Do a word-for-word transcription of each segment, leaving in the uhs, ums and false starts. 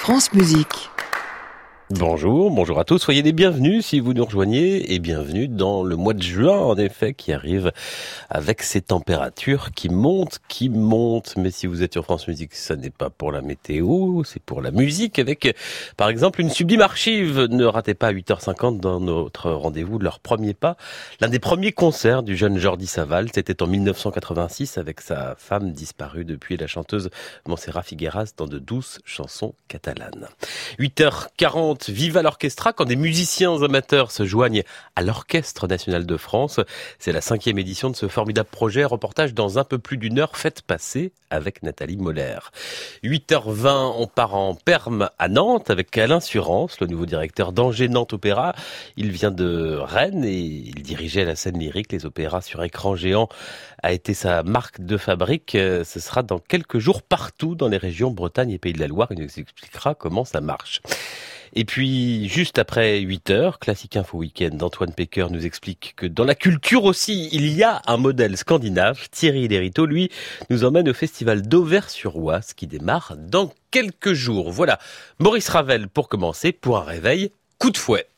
France Musique. Bonjour, bonjour à tous, soyez les bienvenus si vous nous rejoignez et bienvenue dans le mois de juin en effet qui arrive avec ces températures qui montent, qui montent. Mais si vous êtes sur France Musique, ça n'est pas pour la météo, c'est pour la musique avec par exemple une sublime archive. Ne ratez pas à huit heures cinquante dans notre rendez-vous de leur premier pas. L'un des premiers concerts du jeune Jordi Savall, c'était en mille neuf cent quatre-vingt-six avec sa femme disparue depuis, la chanteuse Montserrat Figueras dans de douces chansons catalanes. huit heures quarante, Viva l'Orchestra, quand des musiciens amateurs se joignent à l'Orchestre National de France. C'est la cinquième édition de ce formidable projet. Reportage dans un peu plus d'une heure, faites passer avec Nathalie Moller. huit heures vingt, on part en Perm à Nantes avec Alain Surance, le nouveau directeur d'Angers Nantes Opéra. Il vient de Rennes et il dirigeait la scène lyrique. Les opéras sur écran géant a été sa marque de fabrique. Ce sera dans quelques jours partout dans les régions Bretagne et Pays de la Loire. Il nous expliquera comment ça marche. Et puis, juste après huit heures, Classique Info Week-end, Antoine Pecker nous explique que dans la culture aussi, il y a un modèle scandinave. Thierry Lériteau, lui, nous emmène au festival d'Auvers-sur-Oise qui démarre dans quelques jours. Voilà, Maurice Ravel pour commencer, pour un réveil, coup de fouet.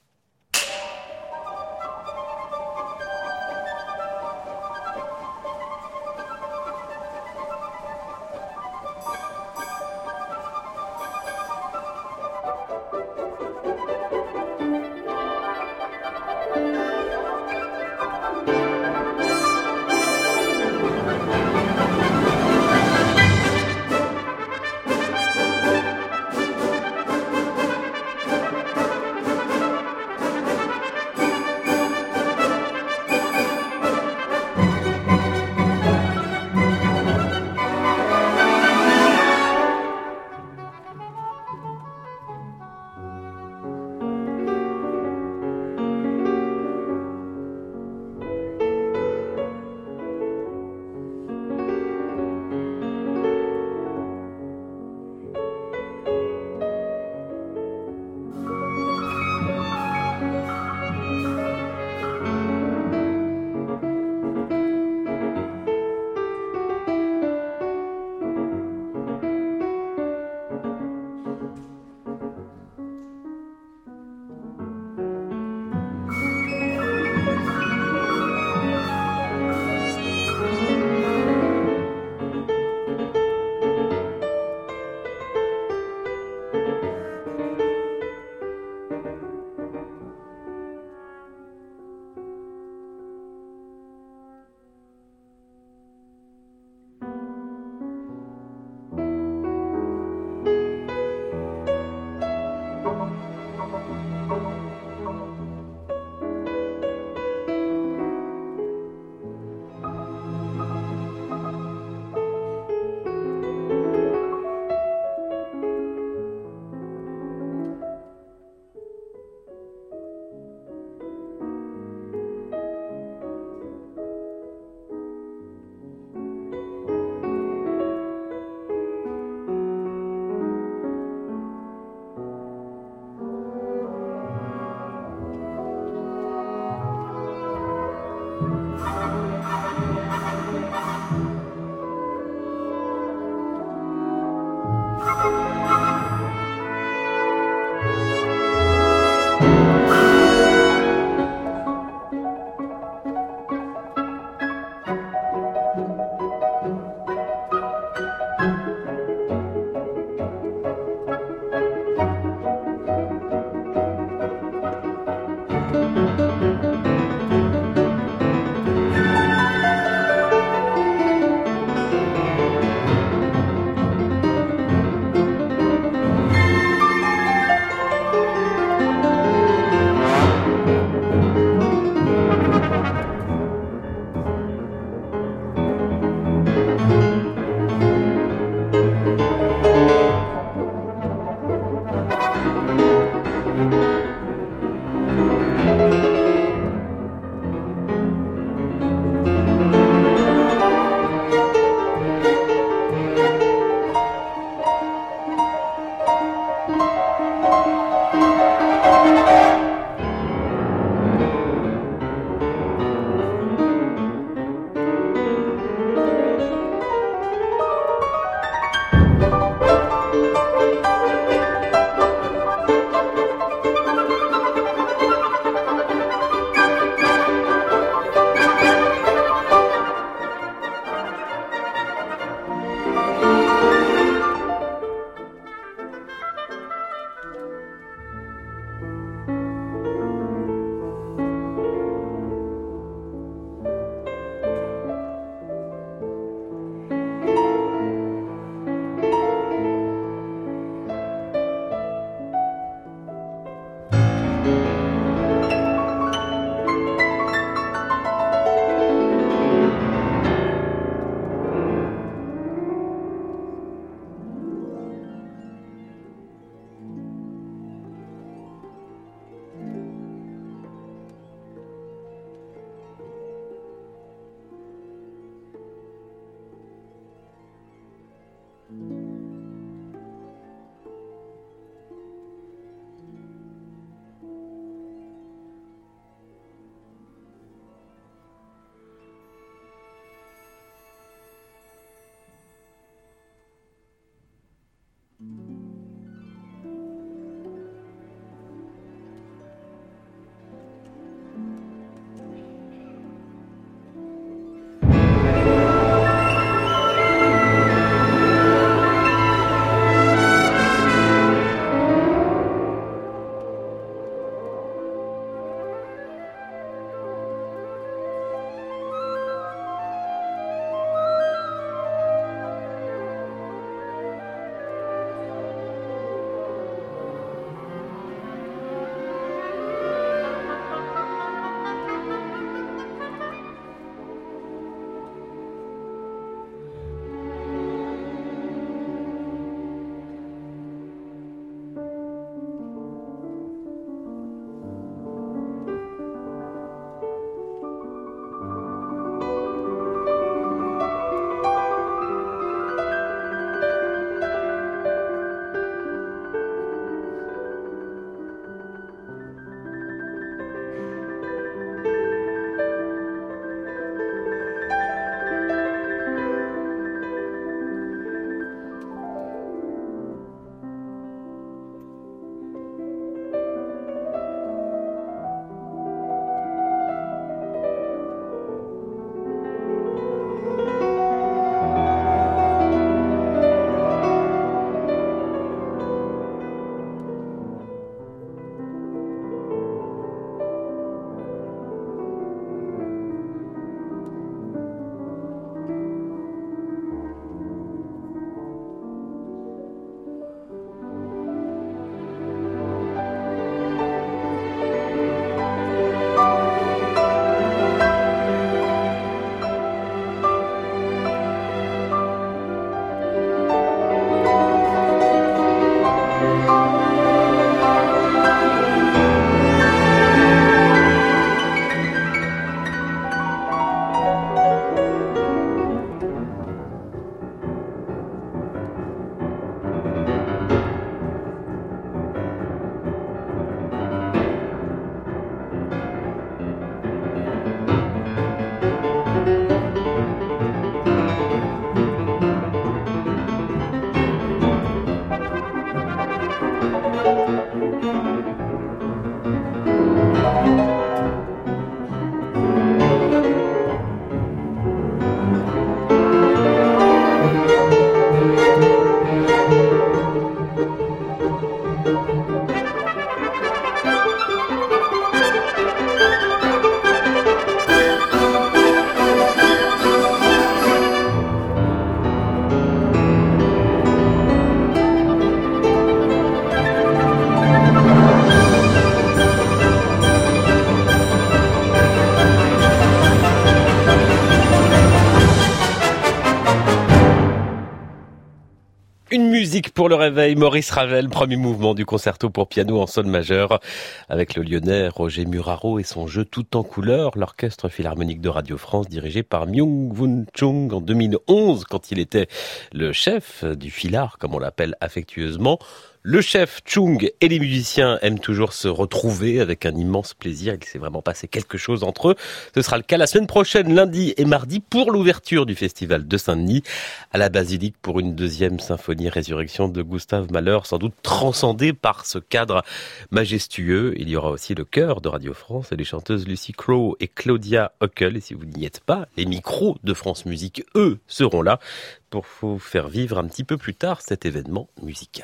Une musique pour le réveil, Maurice Ravel, premier mouvement du concerto pour piano en sol majeur, avec le Lyonnais Roger Muraro et son jeu tout en couleurs, l'orchestre philharmonique de Radio France dirigé par Myung-Whun Chung en deux mille onze, quand il était le chef du Philhar, comme on l'appelle affectueusement. Le chef Chung et les musiciens aiment toujours se retrouver avec un immense plaisir. Il s'est vraiment passé quelque chose entre eux. Ce sera le cas la semaine prochaine, lundi et mardi, pour l'ouverture du festival de Saint-Denis, à la Basilique pour une deuxième symphonie Résurrection de Gustave Mahler, sans doute transcendée par ce cadre majestueux. Il y aura aussi le chœur de Radio France et les chanteuses Lucy Crowe et Claudia Hockel. Et si vous n'y êtes pas, les micros de France Musique, eux, seront là pour vous faire vivre un petit peu plus tard cet événement musical.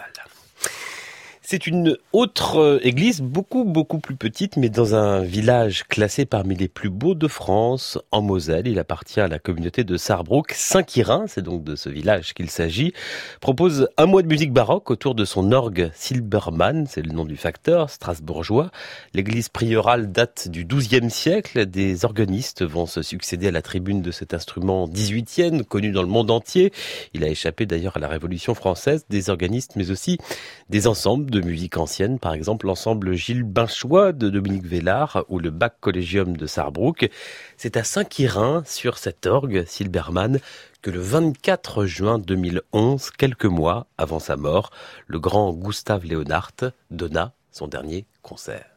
C'est une autre église, beaucoup, beaucoup plus petite, mais dans un village classé parmi les plus beaux de France, en Moselle. Il appartient à la communauté de Sarrebruck. Saint-Quirin, c'est donc de ce village qu'il s'agit, propose un mois de musique baroque autour de son orgue Silbermann, c'est le nom du facteur strasbourgeois. L'église priorale date du douzième siècle. Des organistes vont se succéder à la tribune de cet instrument dix-huitième, connu dans le monde entier. Il a échappé d'ailleurs à la Révolution française. Des organistes, mais aussi des ensembles de musique ancienne, par exemple l'ensemble Gilles Binchois de Dominique Vélard ou le Bach Collegium de Sarrebruck. C'est à Saint-Quirin, sur cet orgue Silbermann, que le vingt-quatre juin deux mille onze, quelques mois avant sa mort, le grand Gustave Leonhardt donna son dernier concert.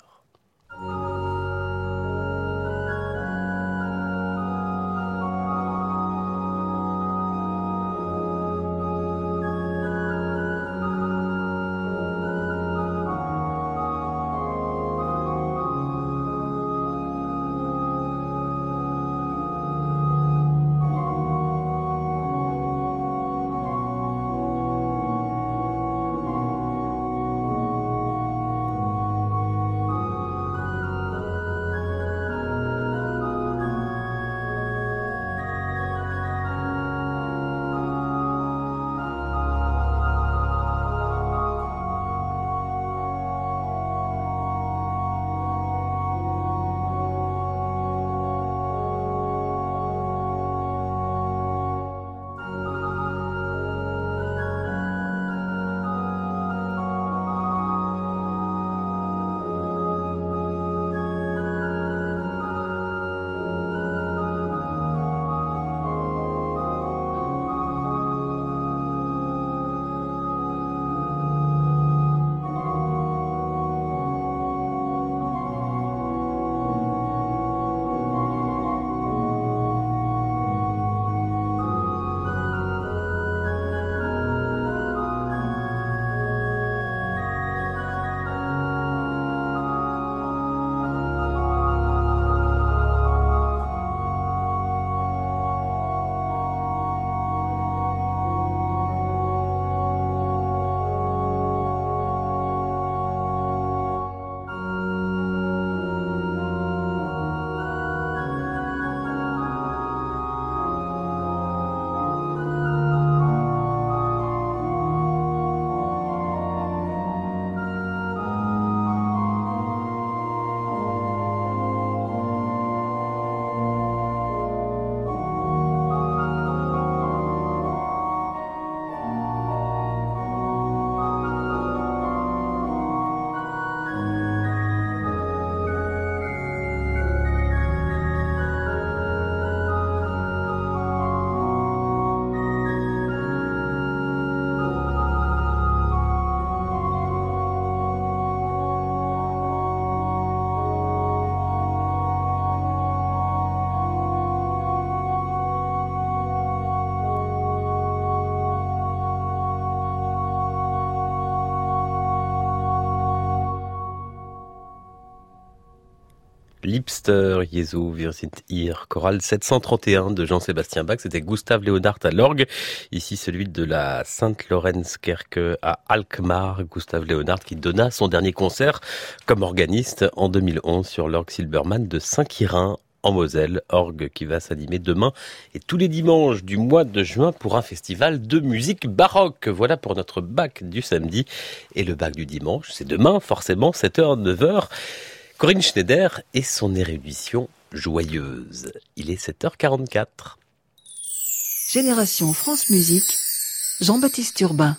Liebster, Jesu, wir sind hier, chorale sept cent trente et un de Jean-Sébastien Bach. C'était Gustave Leonhardt à l'orgue. Ici, celui de la Sainte-Lorenzkirche à Alkmaar. Gustave Leonhardt qui donna son dernier concert comme organiste en deux mille onze sur l'orgue Silbermann de Saint-Quirin en Moselle, orgue qui va s'animer demain et tous les dimanches du mois de juin pour un festival de musique baroque. Voilà pour notre bac du samedi et le bac du dimanche. C'est demain, forcément, sept heures, neuf heures. Corinne Schneider et son érudition joyeuse. Il est sept heures quarante-quatre. Génération France Musique, Jean-Baptiste Urbain.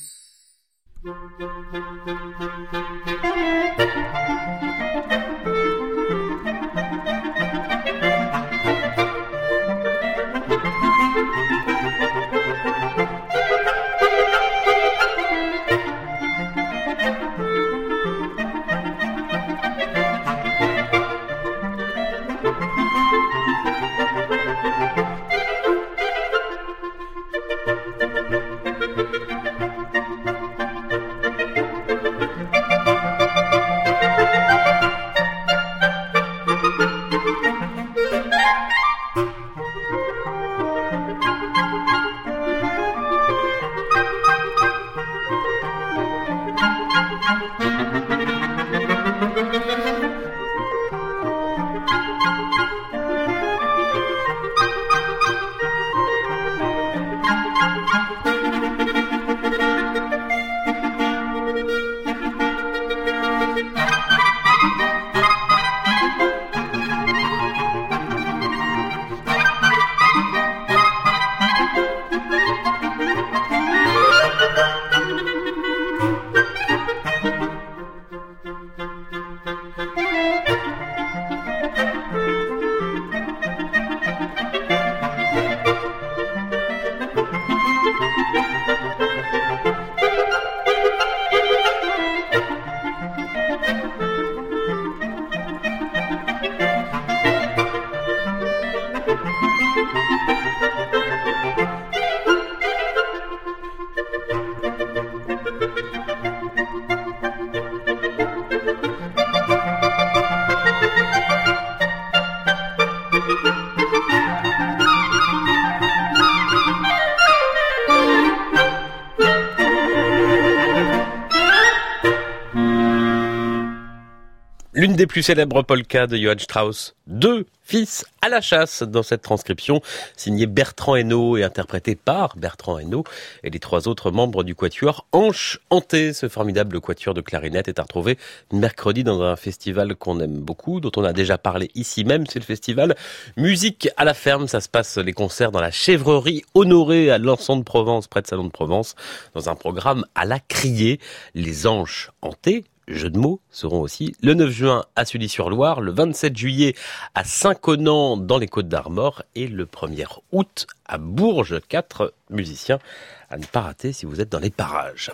L'une des plus célèbres polkas de Johann Strauss, Deux fils à la chasse, dans cette transcription signée Bertrand Hainaut et interprétée par Bertrand Hainaut et les trois autres membres du quatuor Hanche Hantée. Ce formidable quatuor de clarinette est à retrouver mercredi dans un festival qu'on aime beaucoup, dont on a déjà parlé ici même, c'est le festival Musique à la ferme. Ça se passe, les concerts, dans la chèvrerie Honoré à Lançon de Provence, près de Salon de Provence, dans un programme à la criée. Les Hanches Hantées, jeux de mots, seront aussi le neuf juin à Sully-sur-Loire, le vingt-sept juillet à Saint-Connan dans les Côtes-d'Armor et le premier août à Bourges. Quatre musiciens à ne pas rater si vous êtes dans les parages.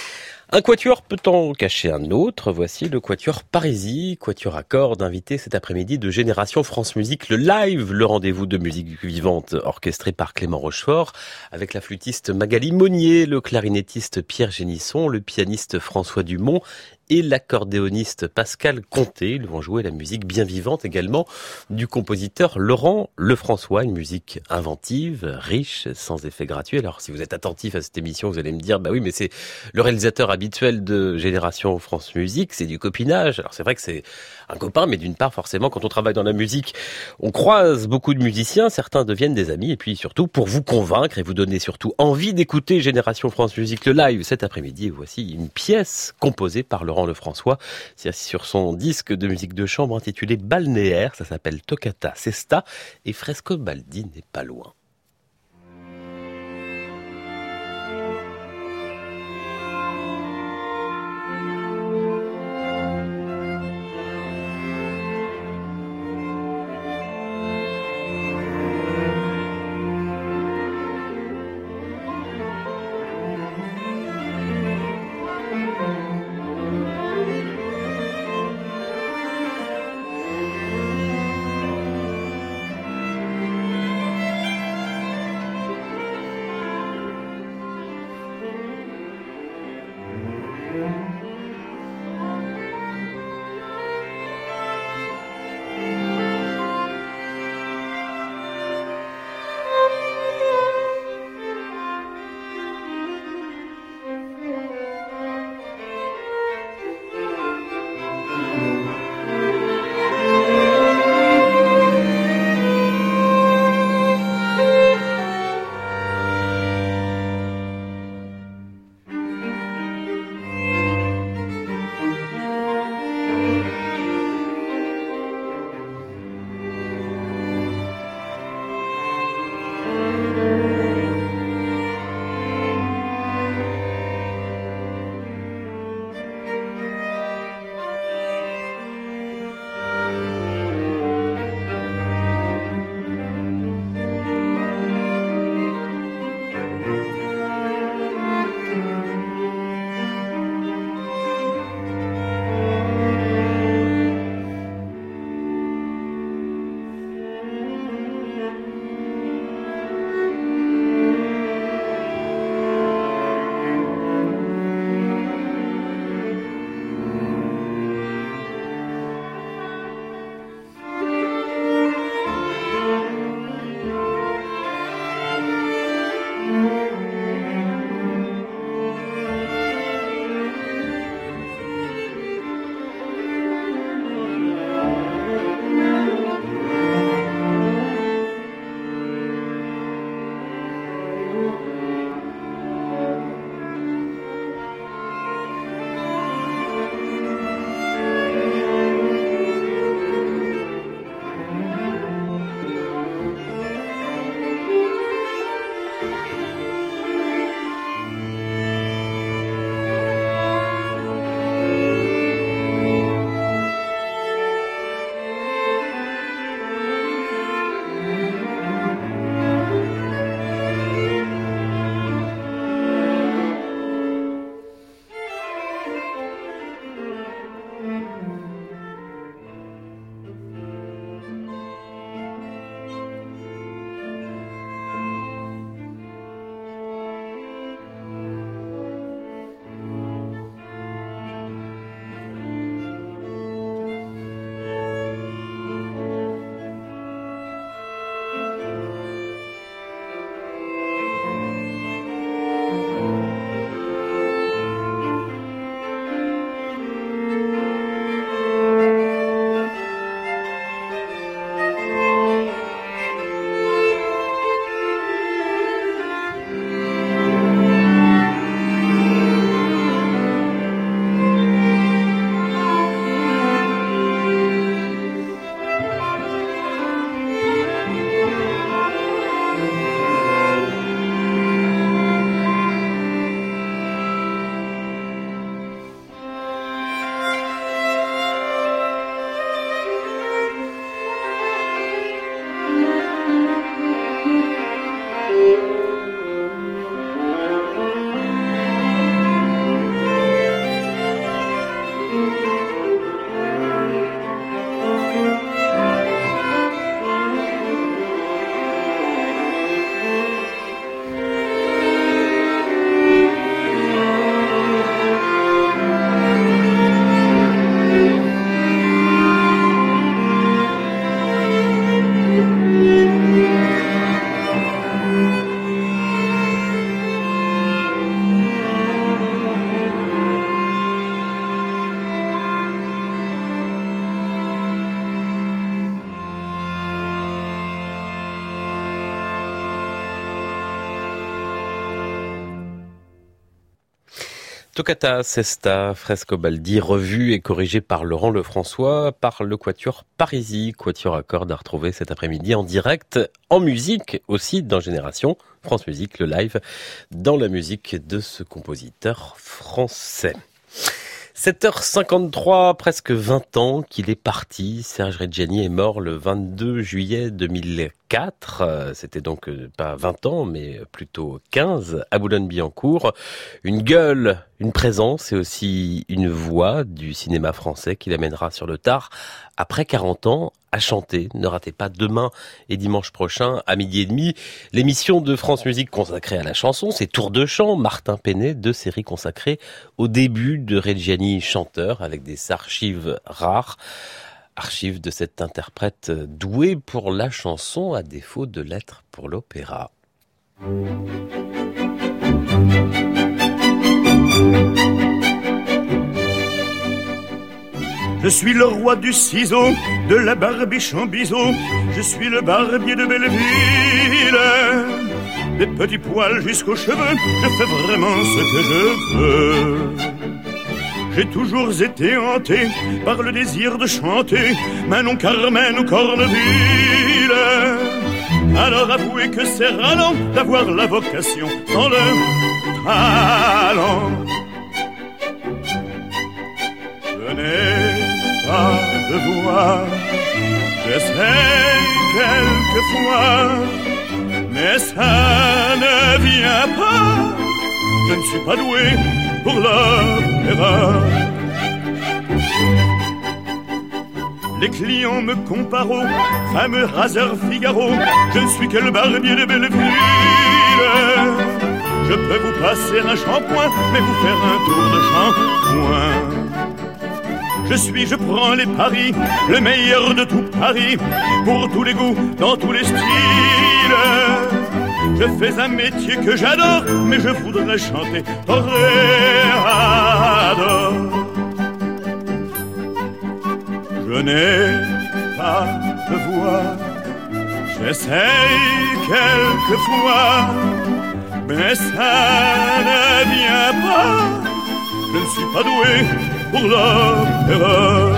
Un quatuor peut en cacher un autre. Voici le quatuor Parisis, quatuor à cordes, invité cet après-midi de Génération France Musique, le live, le rendez-vous de musique vivante orchestré par Clément Rochefort, avec la flûtiste Magali Monnier, le clarinettiste Pierre Génisson, le pianiste François Dumont et l'accordéoniste Pascal Comté. Ils vont jouer la musique bien vivante également du compositeur Laurent Lefrançois, une musique inventive, riche, sans effet gratuit. Alors si vous êtes attentif à cette émission, vous allez me dire, bah oui, mais c'est le réalisateur habituel de Génération France Musique, c'est du copinage. Alors c'est vrai que c'est un copain, mais d'une part, forcément, quand on travaille dans la musique, on croise beaucoup de musiciens, certains deviennent des amis, et puis surtout, pour vous convaincre et vous donner surtout envie d'écouter Génération France Musique le live cet après-midi, voici une pièce composée par Laurent Lefrançois, c'est sur son disque de musique de chambre intitulé Balnéaire, ça s'appelle Toccata Sesta, et Frescobaldi n'est pas loin. Toccata Sesta Frescobaldi, revue et corrigée par Laurent Lefrançois, par le Quatuor Parisi, Quatuor à cordes à retrouver cet après-midi en direct, en musique aussi dans Génération France Musique, le live dans la musique de ce compositeur français. sept heures cinquante-trois, presque vingt ans qu'il est parti. Serge Reggiani est mort le vingt-deux juillet deux mille quatre. C'était donc pas vingt ans, mais plutôt quinze, à Boulogne-Billancourt. Une gueule, une présence et aussi une voix du cinéma français qui l'amènera sur le tard, après quarante ans, à chanter. Ne ratez pas demain et dimanche prochain, à midi et demi, l'émission de France Musique consacrée à la chanson. C'est Tour de chant, Martin Penet, deux séries consacrées au début de Reggiani chanteur, avec des archives rares. Archives de cet interprète doué pour la chanson, à défaut de l'être pour l'opéra. Je suis le roi du ciseau, de la barbiche en biseau. Je suis le barbier de Belleville. Des petits poils jusqu'aux cheveux, je fais vraiment ce que je veux. J'ai toujours été hanté par le désir de chanter Manon, Carmen ou Corneville. Alors avouez que c'est ralent d'avoir la vocation sans le talent. Je n'ai pas de voix, j'essaie quelquefois, mais ça ne vient pas. Je ne suis pas doué pour l'opéra. Les clients me comparent au fameux raseur Figaro. Je ne suis que le barbier de Belleville. Je peux vous passer un shampoing, mais vous faire un tour de shampoing. Je suis, je prends les paris, le meilleur de tout Paris, pour tous les goûts, dans tous les styles. Je fais un métier que j'adore, mais je voudrais chanter toréador. Je n'ai pas de voix, j'essaye quelquefois, mais ça ne vient pas. Je ne suis pas doué pour l'opéra.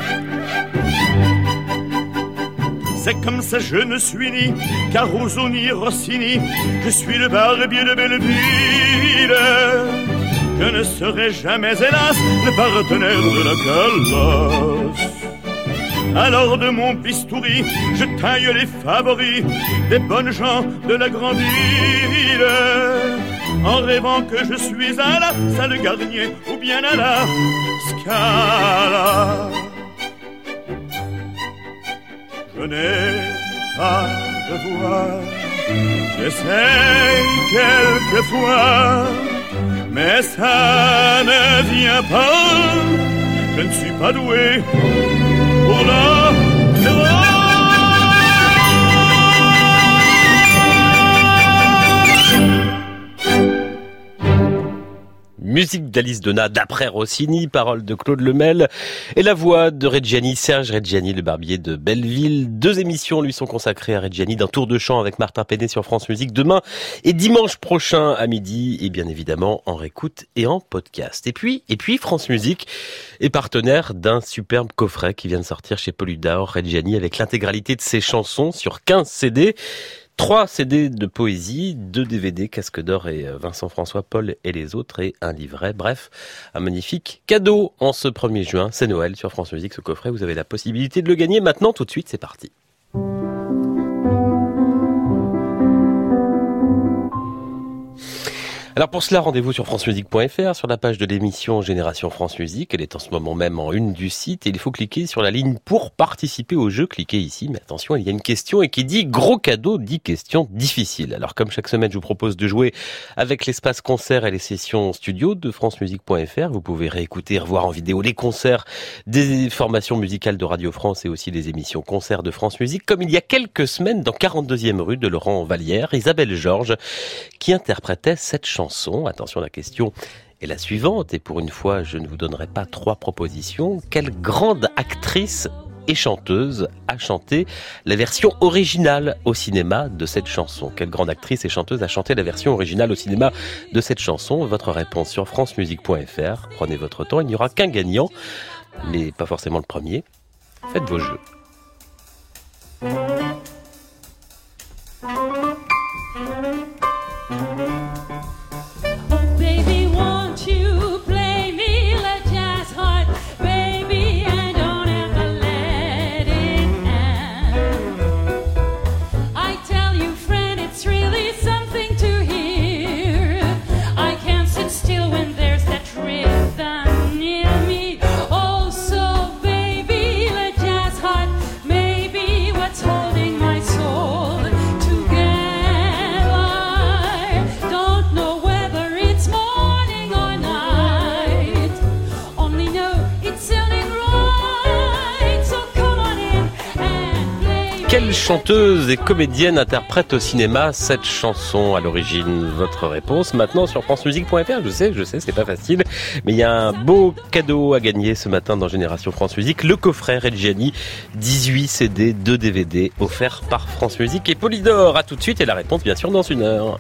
C'est comme ça, je ne suis ni Caruso ni Rossini. Je suis le barbier de Belleville. Je ne serai jamais, hélas, le partenaire de la colosse. Alors de mon bistouri, je taille les favoris des bonnes gens de la grande ville, en rêvant que je suis à la salle Garnier ou bien à la Scala. Je n'ai pas de voix, j'essaie quelquefois, mais ça ne vient pas. Je ne suis pas doué pour l'opéra. Musique d'Alice Donat, d'après Rossini, paroles de Claude Lemel et la voix de Reggiani, Serge Reggiani, le barbier de Belleville. Deux émissions lui sont consacrées à Reggiani d'un tour de chant avec Martin Penet sur France Musique demain et dimanche prochain à midi, et bien évidemment en réécoute et en podcast. Et puis, et puis France Musique est partenaire d'un superbe coffret qui vient de sortir chez Polydor, Reggiani, avec l'intégralité de ses chansons sur quinze C D. Trois C D de poésie, deux D V D, Casque d'Or et Vincent François, Paul et les autres, et un livret. Bref, un magnifique cadeau en ce premier juin. C'est Noël sur France Musique, ce coffret. Vous avez la possibilité de le gagner maintenant, tout de suite, c'est parti. Alors pour cela, rendez-vous sur francemusique point f r, sur la page de l'émission Génération France Musique. Elle est en ce moment même en une du site et il faut cliquer sur la ligne pour participer au jeu. Cliquez ici, mais attention, il y a une question et qui dit gros cadeau dit question difficile. Alors comme chaque semaine, je vous propose de jouer avec l'espace concert et les sessions studio de francemusique point f r. Vous pouvez réécouter et revoir en vidéo les concerts des formations musicales de Radio France et aussi les émissions concerts de France Musique, comme il y a quelques semaines dans quarante-deuxième rue de Laurent Vallière, Isabelle Georges qui interprétait cette chanson. Attention, la question est la suivante, et pour une fois, je ne vous donnerai pas trois propositions. Quelle grande actrice et chanteuse a chanté la version originale au cinéma de cette chanson. Quelle grande actrice et chanteuse a chanté la version originale au cinéma de cette chanson? Votre réponse sur francemusique point f r. Prenez votre temps, il n'y aura qu'un gagnant, mais pas forcément le premier. Faites vos jeux. Quelle chanteuse et comédienne interprète au cinéma cette chanson à l'origine? Votre réponse maintenant sur francemusique point f r. Je sais, je sais, c'est pas facile, mais il y a un beau cadeau à gagner ce matin dans Génération France Musique, le coffret Reggiani, dix-huit C D, deux D V D offerts par France Musique et Polydor. À tout de suite et la réponse bien sûr dans une heure.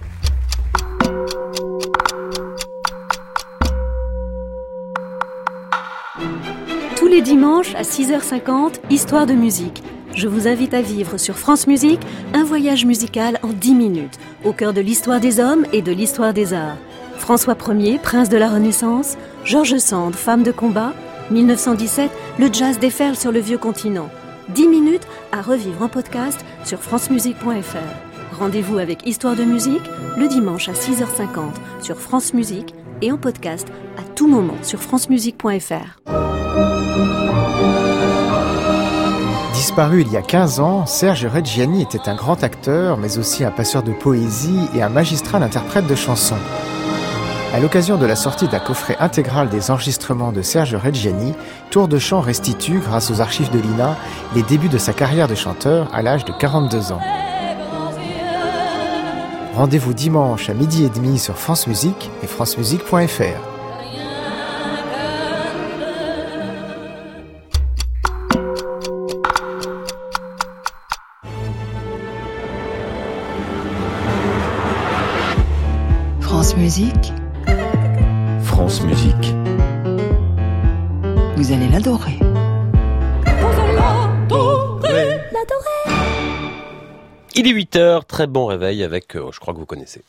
Tous les dimanches à six heures cinquante, Histoire de musique. Je vous invite à vivre sur France Musique un voyage musical en dix minutes, au cœur de l'histoire des hommes et de l'histoire des arts. François Ier, prince de la Renaissance, George Sand, femme de combat, mille neuf cent dix-sept, le jazz déferle sur le vieux continent. dix minutes à revivre en podcast sur francemusique point f r. Rendez-vous avec Histoire de musique le dimanche à six heures cinquante sur France Musique et en podcast à tout moment sur francemusique point f r. Disparu il y a quinze ans, Serge Reggiani était un grand acteur, mais aussi un passeur de poésie et un magistral interprète de chansons. À l'occasion de la sortie d'un coffret intégral des enregistrements de Serge Reggiani, Tour de Chant restitue, grâce aux archives de l'I N A, les débuts de sa carrière de chanteur à l'âge de quarante-deux ans. Rendez-vous dimanche à midi et demi sur France Musique et francemusique point f r. France Musique. France Musique. Vous allez l'adorer. Il est huit heures, très bon réveil avec, euh, je crois que vous connaissez.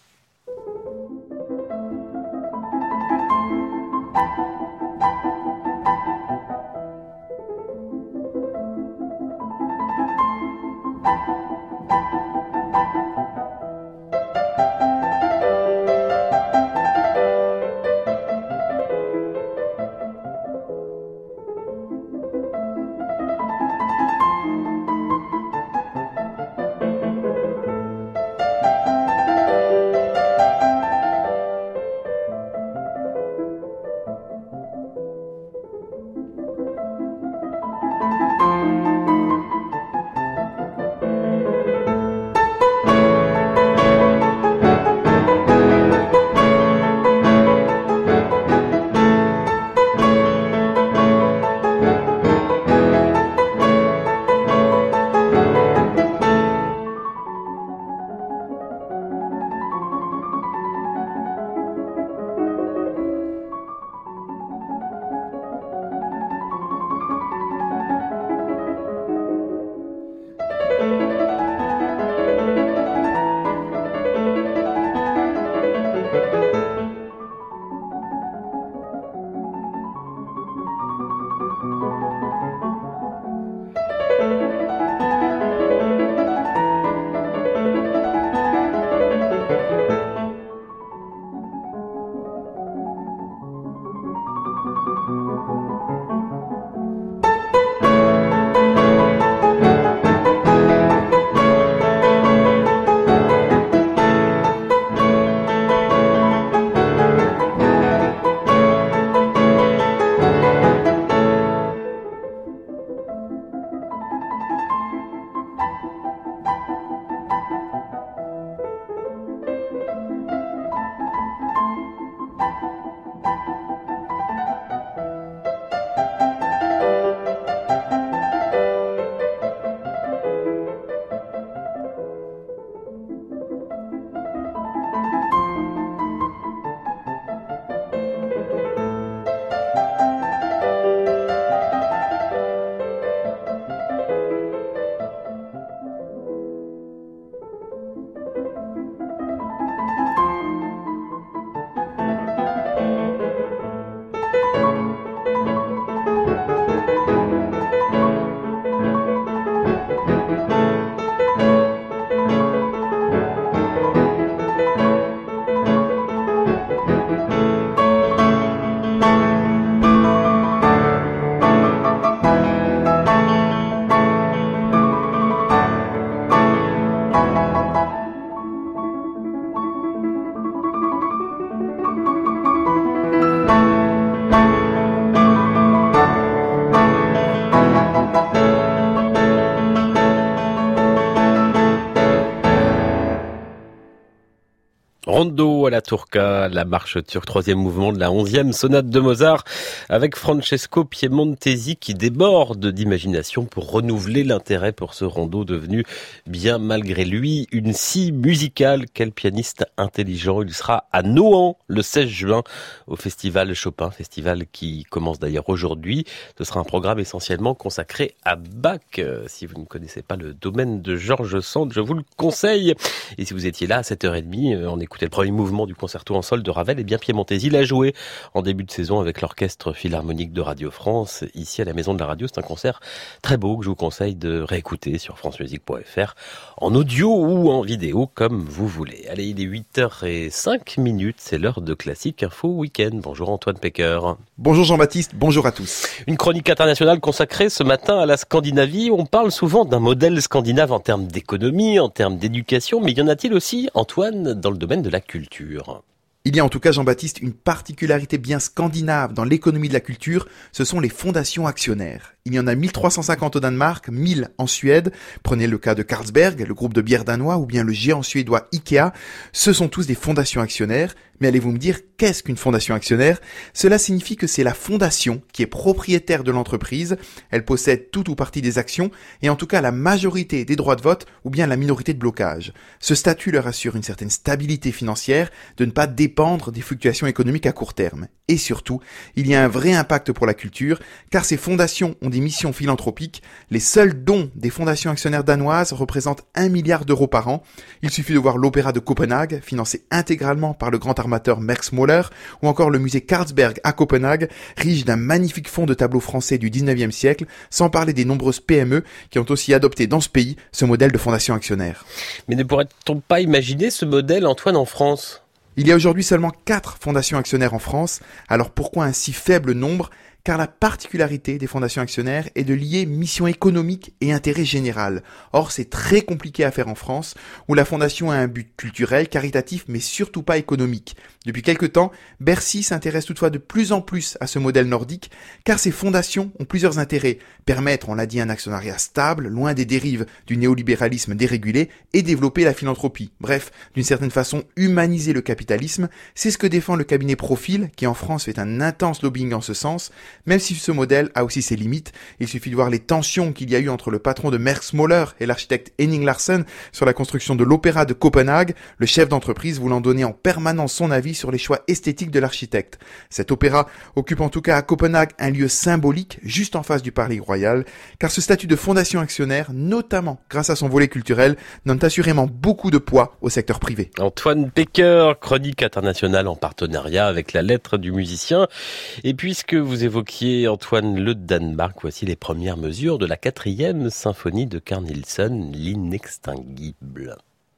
à la turca, la marche turque, troisième mouvement de la onzième sonate de Mozart, avec Francesco Piemontesi qui déborde d'imagination pour renouveler l'intérêt pour ce rondo devenu, bien malgré lui, une scie musicale. Quel pianiste intelligent. Il sera à Nohant le seize juin au Festival Chopin, festival qui commence d'ailleurs aujourd'hui. Ce sera un programme essentiellement consacré à Bach. Si vous ne connaissez pas le domaine de Georges Sand, je vous le conseille. Et si vous étiez là à sept heures trente, on écoutait le premier mouvement du concerto en sol de Ravel, et bien Piemontesi l'a joué en début de saison avec l'Orchestre Philharmonique de Radio France, ici à la Maison de la Radio. C'est un concert très beau que je vous conseille de réécouter sur francemusique point f r, en audio ou en vidéo, comme vous voulez. Allez, il est huit heures cinq, c'est l'heure de Classique Info Week-end. Bonjour Antoine Pecker. Bonjour Jean-Baptiste, bonjour à tous. Une chronique internationale consacrée ce matin à la Scandinavie. On parle souvent d'un modèle scandinave en termes d'économie, en termes d'éducation, mais y en a-t-il aussi, Antoine, dans le domaine de la culture ? Il y a en tout cas, Jean-Baptiste, une particularité bien scandinave dans l'économie de la culture, ce sont les fondations actionnaires. Il y en a mille trois cent cinquante au Danemark, mille en Suède. Prenez le cas de Carlsberg, le groupe de bière danois, ou bien le géant suédois Ikea. Ce sont tous des fondations actionnaires. Mais allez-vous me dire, qu'est-ce qu'une fondation actionnaire ? Cela signifie que c'est la fondation qui est propriétaire de l'entreprise. Elle possède tout ou partie des actions, et en tout cas la majorité des droits de vote, ou bien la minorité de blocage. Ce statut leur assure une certaine stabilité financière, de ne pas dépendre des fluctuations économiques à court terme. Et surtout, il y a un vrai impact pour la culture, car ces fondations ont des missions philanthropiques. Les seuls dons des fondations actionnaires danoises représentent un milliard d'euros par an. Il suffit de voir l'Opéra de Copenhague, financé intégralement par le grand armateur Maersk Møller, ou encore le musée Carlsberg à Copenhague, riche d'un magnifique fonds de tableaux français du dix-neuvième siècle, sans parler des nombreuses P M E qui ont aussi adopté dans ce pays ce modèle de fondation actionnaire. Mais ne pourrait-on pas imaginer ce modèle, Antoine, en France ? Il y a aujourd'hui seulement quatre fondations actionnaires en France. Alors pourquoi un si faible nombre ? Car la particularité des fondations actionnaires est de lier mission économique et intérêt général. Or, c'est très compliqué à faire en France, où la fondation a un but culturel, caritatif, mais surtout pas économique. Depuis quelque temps, Bercy s'intéresse toutefois de plus en plus à ce modèle nordique, car ces fondations ont plusieurs intérêts. Permettre, on l'a dit, un actionnariat stable, loin des dérives du néolibéralisme dérégulé, et développer la philanthropie. Bref, d'une certaine façon, humaniser le capitalisme, c'est ce que défend le cabinet Profil, qui en France fait un intense lobbying en ce sens. Même si ce modèle a aussi ses limites, il suffit de voir les tensions qu'il y a eu entre le patron de Maersk Møller et l'architecte Henning Larsen sur la construction de l'Opéra de Copenhague, le chef d'entreprise voulant donner en permanence son avis sur les choix esthétiques de l'architecte. Cet opéra occupe en tout cas à Copenhague un lieu symbolique, juste en face du Palais Royal, car ce statut de fondation actionnaire, notamment grâce à son volet culturel, donne assurément beaucoup de poids au secteur privé. Antoine Pecker, chronique internationale en partenariat avec la lettre du musicien. Et puisque vous évoquiez, Antoine, le Danemark, voici les premières mesures de la quatrième symphonie de Carl Nielsen, l'inextinguible.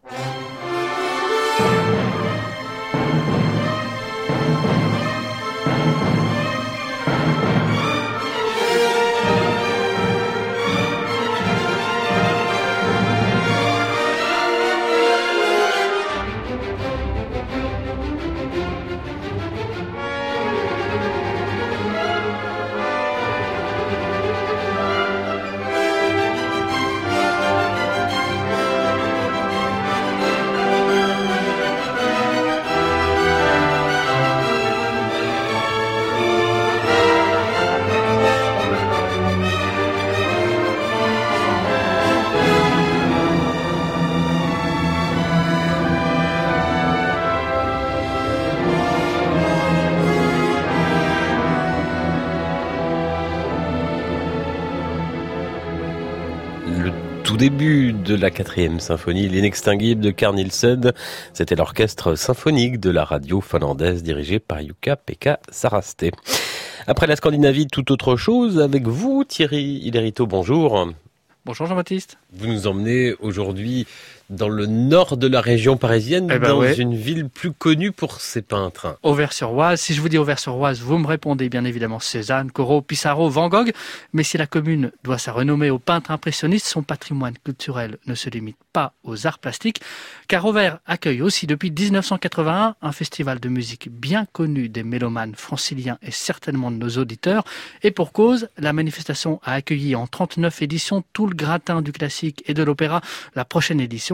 Tout début de la quatrième symphonie, l'inextinguible de Carl Nielsen, c'était l'orchestre symphonique de la radio finlandaise dirigé par Jukka-Pekka Saraste. Après la Scandinavie, tout autre chose avec vous, Thierry Ilerito, bonjour. Bonjour Jean-Baptiste. Vous nous emmenez aujourd'hui dans le nord de la région parisienne, eh ben dans ouais. une ville plus connue pour ses peintres. Auvers-sur-Oise. Si je vous dis Auvers-sur-Oise, vous me répondez bien évidemment Cézanne, Corot, Pissarro, Van Gogh. Mais si la commune doit sa renommée aux peintres impressionnistes, son patrimoine culturel ne se limite pas aux arts plastiques, car Auvers accueille aussi depuis dix-neuf cent quatre-vingt-un un festival de musique bien connu des mélomanes franciliens et certainement de nos auditeurs. Et pour cause, la manifestation a accueilli en trente-neuf éditions tout le gratin du classique et de l'opéra. La prochaine édition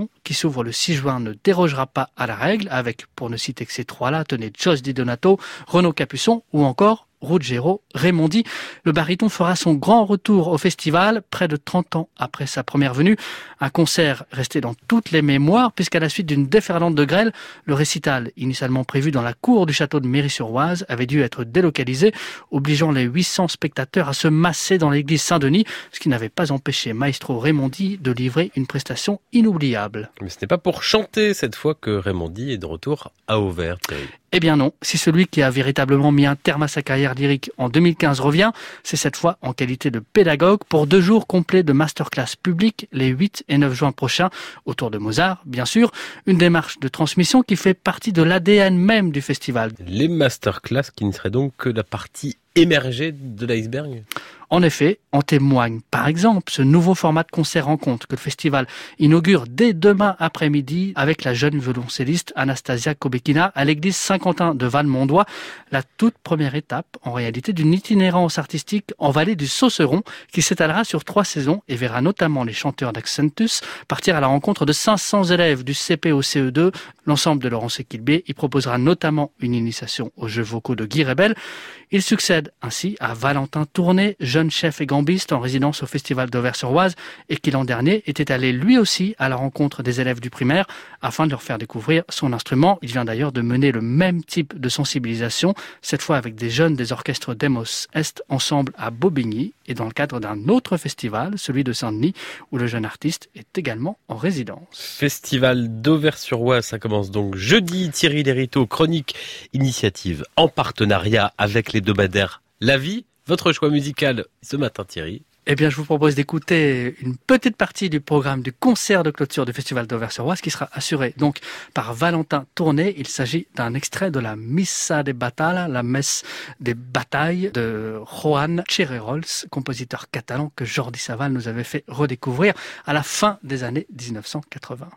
compétition qui s'ouvre le six juin ne dérogera pas à la règle avec, pour ne citer que ces trois-là, tenez, Joss Di Donato, Renaud Capuçon ou encore Ruggero Raimondi. Le baryton fera son grand retour au festival près de trente ans après sa première venue. Un concert resté dans toutes les mémoires puisqu'à la suite d'une déferlante de grêle, le récital initialement prévu dans la cour du château de Méry-sur-Oise avait dû être délocalisé, obligeant les huit cents spectateurs à se masser dans l'église Saint-Denis, ce qui n'avait pas empêché Maestro Raimondi de livrer une prestation inoubliable. Mais ce n'est pas pour chanter cette fois que Raimondi est de retour à Auvers. Eh bien non, si celui qui a véritablement mis un terme à sa carrière lyrique en deux mille quinze revient, c'est cette fois en qualité de pédagogue pour deux jours complets de masterclass publiques les huit et neuf juin prochains, autour de Mozart, bien sûr, une démarche de transmission qui fait partie de l'A D N même du festival. Les masterclass qui ne seraient donc que la partie émergée de l'iceberg ? En effet, en témoigne par exemple ce nouveau format de concert-rencontre que le festival inaugure dès demain après-midi avec la jeune violoncelliste Anastasia Kobekina à l'église Saint-Quentin de Valmondois, la toute première étape en réalité d'une itinérance artistique en vallée du Sauceron qui s'étalera sur trois saisons et verra notamment les chanteurs d'Accentus partir à la rencontre de cinq cents élèves du C P au C E deux. L'ensemble de Laurence Equilbé y proposera notamment une initiation aux jeux vocaux de Guy Rebel. Il succède ainsi à Valentin Tourné, jeune chef et gambiste en résidence au Festival d'Auvers-sur-Oise et qui l'an dernier était allé lui aussi à la rencontre des élèves du primaire afin de leur faire découvrir son instrument. Il vient d'ailleurs de mener le même type de sensibilisation, cette fois avec des jeunes des orchestres Demos Est ensemble à Bobigny et dans le cadre d'un autre festival, celui de Saint-Denis, où le jeune artiste est également en résidence. Festival d'Auvers-sur-Oise, ça commence donc jeudi. Thierry Lériteau, chronique initiative en partenariat avec l'hebdomadaire La Vie. Votre choix musical ce matin, Thierry? Eh bien, je vous propose d'écouter une petite partie du programme du concert de clôture du Festival d'Auvers-sur-Oise qui sera assuré donc par Valentin Tourné. Il s'agit d'un extrait de la Missa de Batalla, la messe des batailles de Joan Chererols, compositeur catalan que Jordi Savall nous avait fait redécouvrir à la fin des années dix-neuf cent quatre-vingts.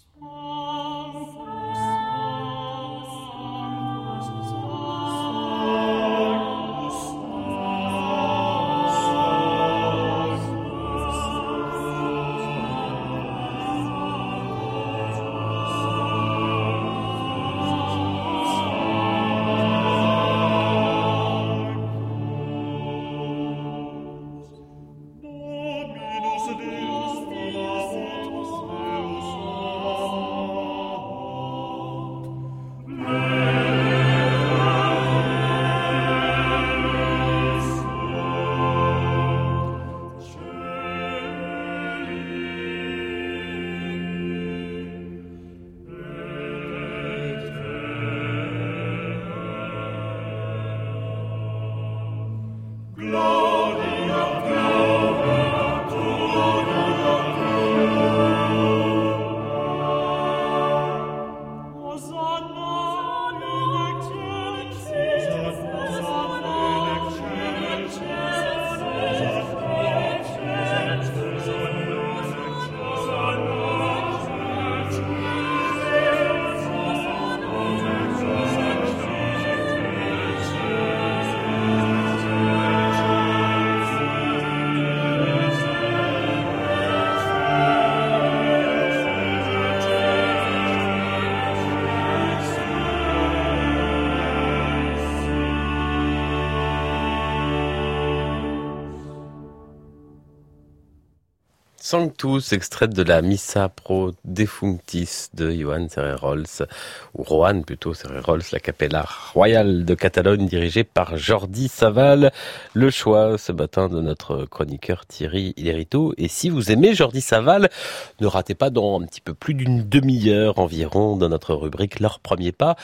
Sanctus, extrait de la Missa pro defunctis de Joan Cererols, ou Joan plutôt Cererols, la Capella royale de Catalogne dirigée par Jordi Savall. Le choix ce matin de notre chroniqueur Thierry Lériteau. Et si vous aimez Jordi Savall, ne ratez pas dans un petit peu plus d'une demi-heure environ dans notre rubrique Leur premier pas,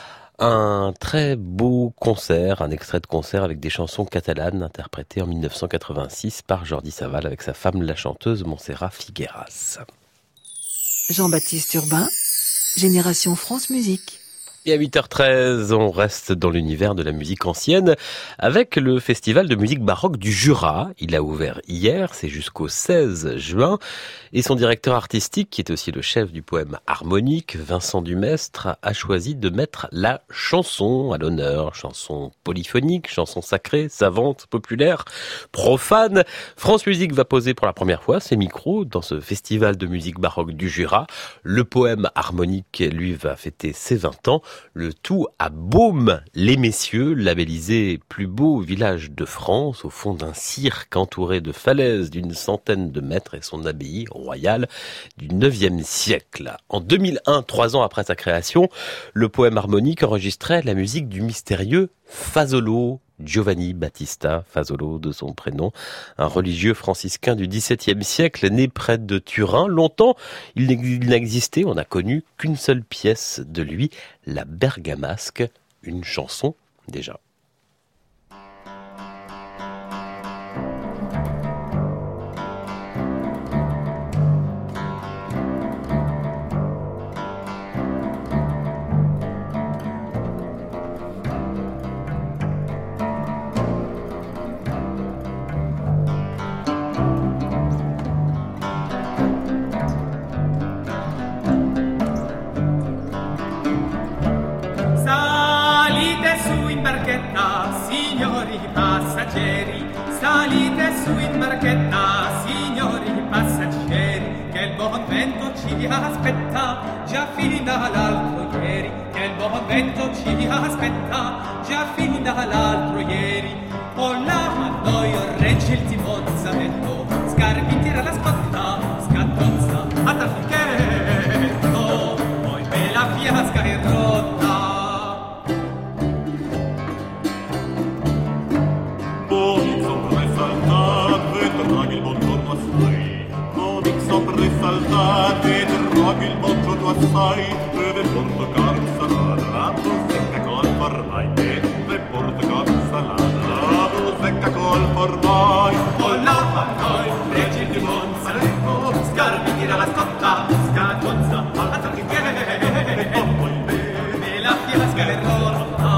un très beau concert, un extrait de concert avec des chansons catalanes interprétées en mille neuf cent quatre-vingt-six par Jordi Savall avec sa femme la chanteuse Montserrat Figueras. Jean-Baptiste Urbain, Génération France Musique. Et à huit heures treize, on reste dans l'univers de la musique ancienne avec le festival de musique baroque du Jura. Il a ouvert hier, c'est jusqu'au seize juin. Et son directeur artistique, qui est aussi le chef du poème harmonique, Vincent Dumestre, a choisi de mettre la chanson à l'honneur. Chanson polyphonique, chanson sacrée, savante, populaire, profane. France Musique va poser pour la première fois ses micros dans ce festival de musique baroque du Jura. Le poème harmonique, lui, va fêter ses vingt ans. Le tout à Baume-les-Messieurs, labellisé plus beau village de France, au fond d'un cirque entouré de falaises d'une centaine de mètres et son abbaye royale du neuvième siècle. En deux mille un, trois ans après sa création, le poème harmonique enregistrait la musique du mystérieux Fasolo, Giovanni Battista Fasolo de son prénom, un religieux franciscain du dix-septième siècle né près de Turin. Longtemps, il n'existait, on n'a connu qu'une seule pièce de lui, la Bergamasque, une chanson déjà. Signori passeggeri, salite su in barchetta, signori passeggeri, che il buon vento ci aspetta, già fin dall'altro ieri, che il buon vento ci aspetta, già fin dall'altro ieri. O là noi regge il timonzamento, scarpi tira la scotta, scattozza, attaccheretto, poi me la fiasca è rotta. Saltate, droghi il buongiorno assai, deve portocare salata, la prosecca col formai, deve portocare salata, la prosecca col formai. O là noi, reggi di Monsaletto, scarpi tira la scotta, scatozza, attacchi che, e poi bene la fiasca è rotta.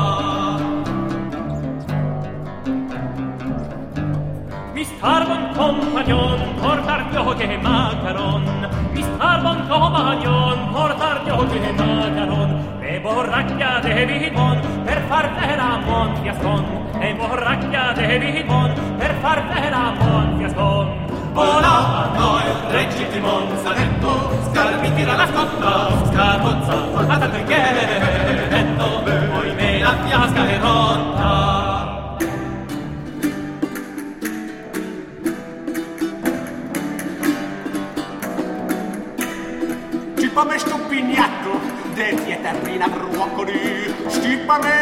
Mi starvon compagnon, portar gioche macaron, mi starvon compagnon, portar gioche macaron, e borracchia de vivon, per far vera mon fiascon, e borracchia de vivon, per far vera mon fiascon. Vola noi, reggi di Monsaletto, scarpi tira la scotta, scatozza, attacca che netto, poi me la fiasca è rotta. Stipame stupignato, de pieterina broccoli, stipame,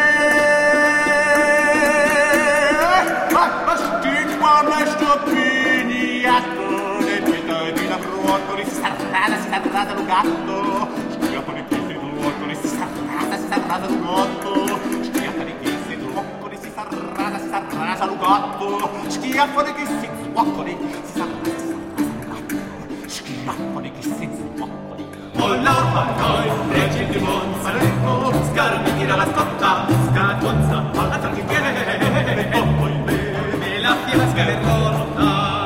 ah, stipame stupignato, de pieterina broccoli, si sarrada, si sarrada lo gatto, stiapa di piedi broccoli, si sarrada, si sarrada lo gatto, stiapa di piedi broccoli, si sarrada, si sarrada lo gatto, stiapa di piedi broccoli, si sarrada, si sarrada lo gatto, stiapa di piedi broccoli. O là noi, reggi di Monsaletto, scarpi tira la scotta, scatozza, attacchi che, e poi bene la fiasca è rotta.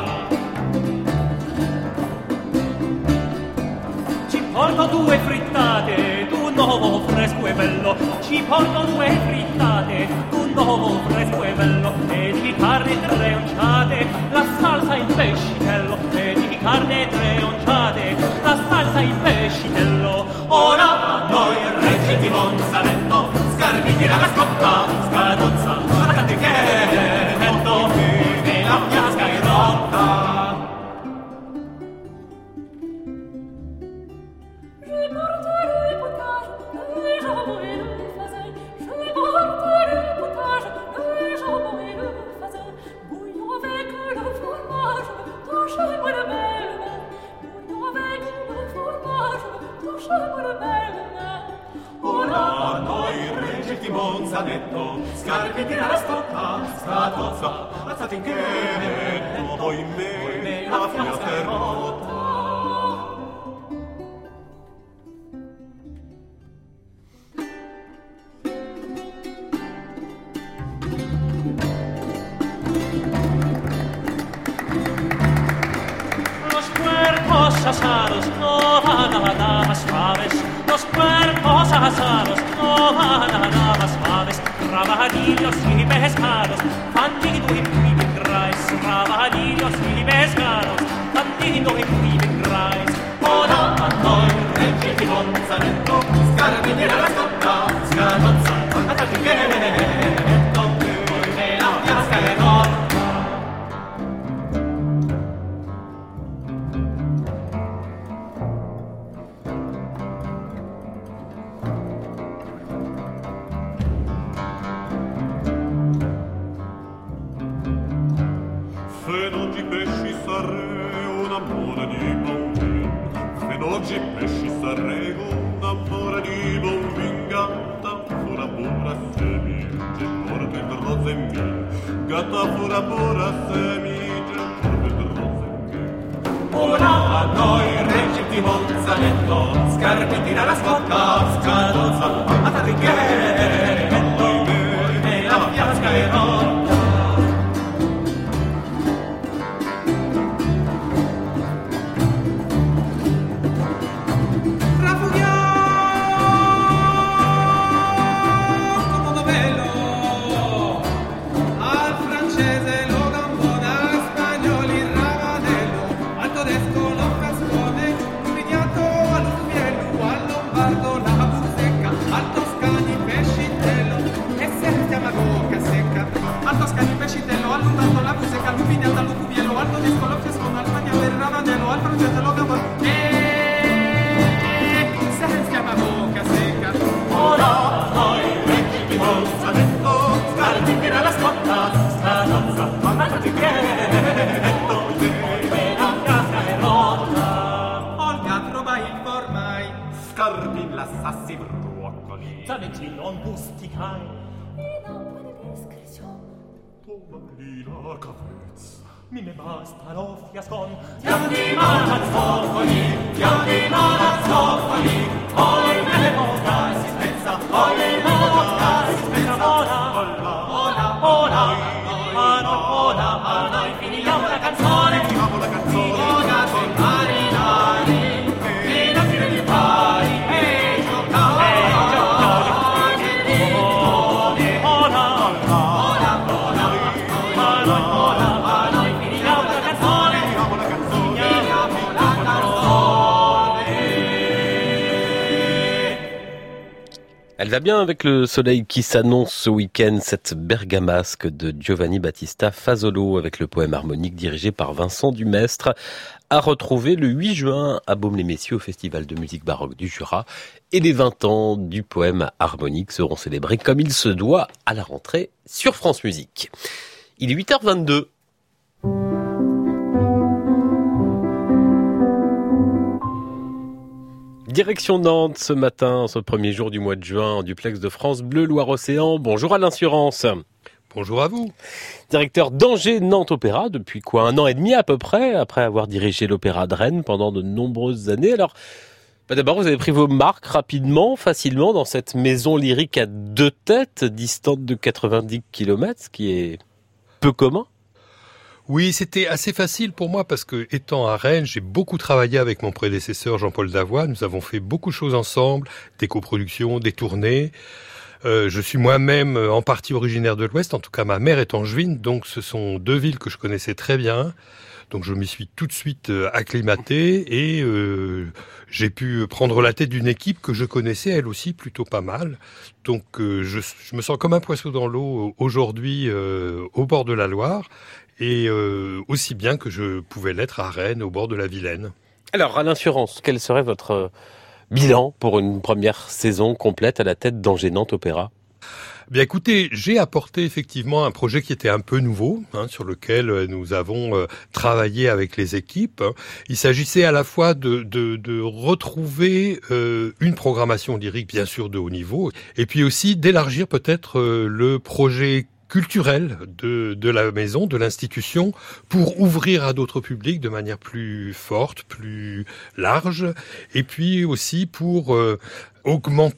Ci porto due frittate, d'un nuovo fresco e bello, ci porto due frittate, d'un nuovo fresco e bello, e di carne tre onciate, la salsa in pescitello, e di carne tre onciate, la salsa in pescitello. Ora noi reggi di Monsaletto, scarpi tira la scotta, scatozza, attaccate che netto, e la fiasca è rotta. Ora noi reggi di Monsaletto, scarpi tira la scotta, scatozza, alzate in che netto, poi me la fiasca è rotta. asados no van a dar más suaves, los cuerpos asados no van a dar más suaves, trabajadillos y pescados, fandido y muy grais, trabajadillos y pescados, fandido y muy grais. Ora a noi regge di Monzaretto, scarbini la scotta, scatozza, attacchi che e la piasca è no. Fenoci pesci sarre un amore di buon vin, fenoci pesci sarre un amore di buon vin, gatta fura pura semice, porta il rose in vin, gatta fura pura semice, porta il rose in vin. Ora a noi reggi di Monzaretto, scarpiti dalla scotta, scatozza, attacchi che e la fiasca è rotta. Sassi broccoli, zanetti non busticai, e non buone discrezione. Tomali la cavezza, mi ne basta lo fiascon. Diamo di malazzocoli, diamo di malazzocoli, oi me ne moga si spezza, oi me ne moga si spezza. Ora, ora, ora, ora, a noi, ora, a noi, finiamo la canzone, finiamo la canzone, ora sei marinari, e la fine di pari, Elle va bien avec le soleil qui s'annonce ce week-end, cette bergamasque de Giovanni Battista Fasolo avec le poème harmonique dirigé par Vincent Dumestre, à retrouver le huit juin à Baume-les-Messieurs au Festival de musique baroque du Jura. Et les vingt ans du poème harmonique seront célébrés comme il se doit à la rentrée sur France Musique. Il est huit heures vingt-deux. Direction Nantes ce matin, ce premier jour du mois de juin, en duplex de France Bleu Loire-Océan. Bonjour Alain Surance. Bonjour à vous. Directeur d'Angers Nantes Opéra depuis quoi, un an et demi à peu près, après avoir dirigé l'Opéra de Rennes pendant de nombreuses années. Alors, bah d'abord, vous avez pris vos marques rapidement, facilement, dans cette maison lyrique à deux têtes, distante de quatre-vingt-dix kilomètres, ce qui est peu commun. Oui, c'était assez facile pour moi parce que, étant à Rennes, j'ai beaucoup travaillé avec mon prédécesseur Jean-Paul Davoie. Nous avons fait beaucoup de choses ensemble, des coproductions, des tournées. Euh, je suis moi-même en partie originaire de l'Ouest, en tout cas ma mère est angevine, donc ce sont deux villes que je connaissais très bien. Donc je m'y suis tout de suite acclimaté et euh, j'ai pu prendre la tête d'une équipe que je connaissais elle aussi plutôt pas mal. Donc euh, je, je me sens comme un poisson dans l'eau aujourd'hui euh, au bord de la Loire. Et euh, aussi bien que je pouvais l'être à Rennes, au bord de la Vilaine. Alors, Alain Surance, quel serait votre bilan pour une première saison complète à la tête d'Angers Nantes Opéra ? Bien écoutez, j'ai apporté effectivement un projet qui était un peu nouveau, hein, sur lequel nous avons euh, travaillé avec les équipes. Il s'agissait à la fois de, de, de retrouver euh, une programmation lyrique bien sûr de haut niveau, et puis aussi d'élargir peut-être euh, le projet culturel de, de la maison, de l'institution, pour ouvrir à d'autres publics de manière plus forte, plus large, et puis aussi pour euh, augmenter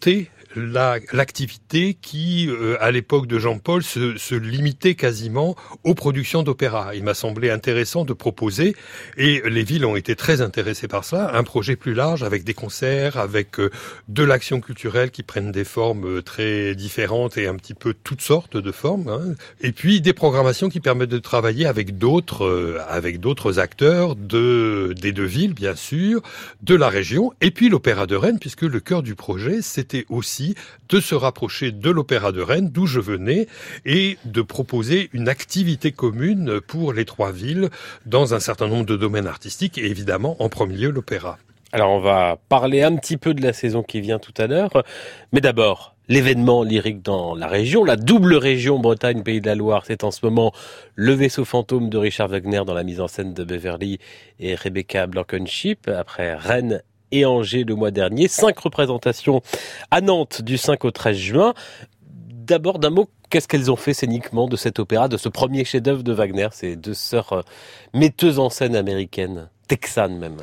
la, l'activité qui, euh, à l'époque de Jean-Paul, se, se limitait quasiment aux productions d'opéra. Il m'a semblé intéressant de proposer, et les villes ont été très intéressées par cela, un projet plus large avec des concerts, avec euh, de l'action culturelle qui prennent des formes euh, très différentes et un petit peu toutes sortes de formes, hein. Et puis des programmations qui permettent de travailler avec d'autres, euh, avec d'autres acteurs de, des deux villes, bien sûr, de la région, et puis l'Opéra de Rennes, puisque le cœur du projet, c'était aussi de se rapprocher de l'Opéra de Rennes, d'où je venais, et de proposer une activité commune pour les trois villes dans un certain nombre de domaines artistiques, et évidemment, en premier lieu, l'opéra. Alors on va parler un petit peu de la saison qui vient tout à l'heure, mais d'abord, l'événement lyrique dans la région, la double région Bretagne-Pays de la Loire, c'est en ce moment le vaisseau fantôme de Richard Wagner dans la mise en scène de Beverly et Rebecca Blankenship, après Rennes et Angers le mois dernier. Cinq représentations à Nantes du cinq au treize juin. D'abord d'un mot, qu'est-ce qu'elles ont fait scéniquement de cet opéra, de ce premier chef-d'œuvre de Wagner, ces deux sœurs metteuses en scène américaines, texanes même?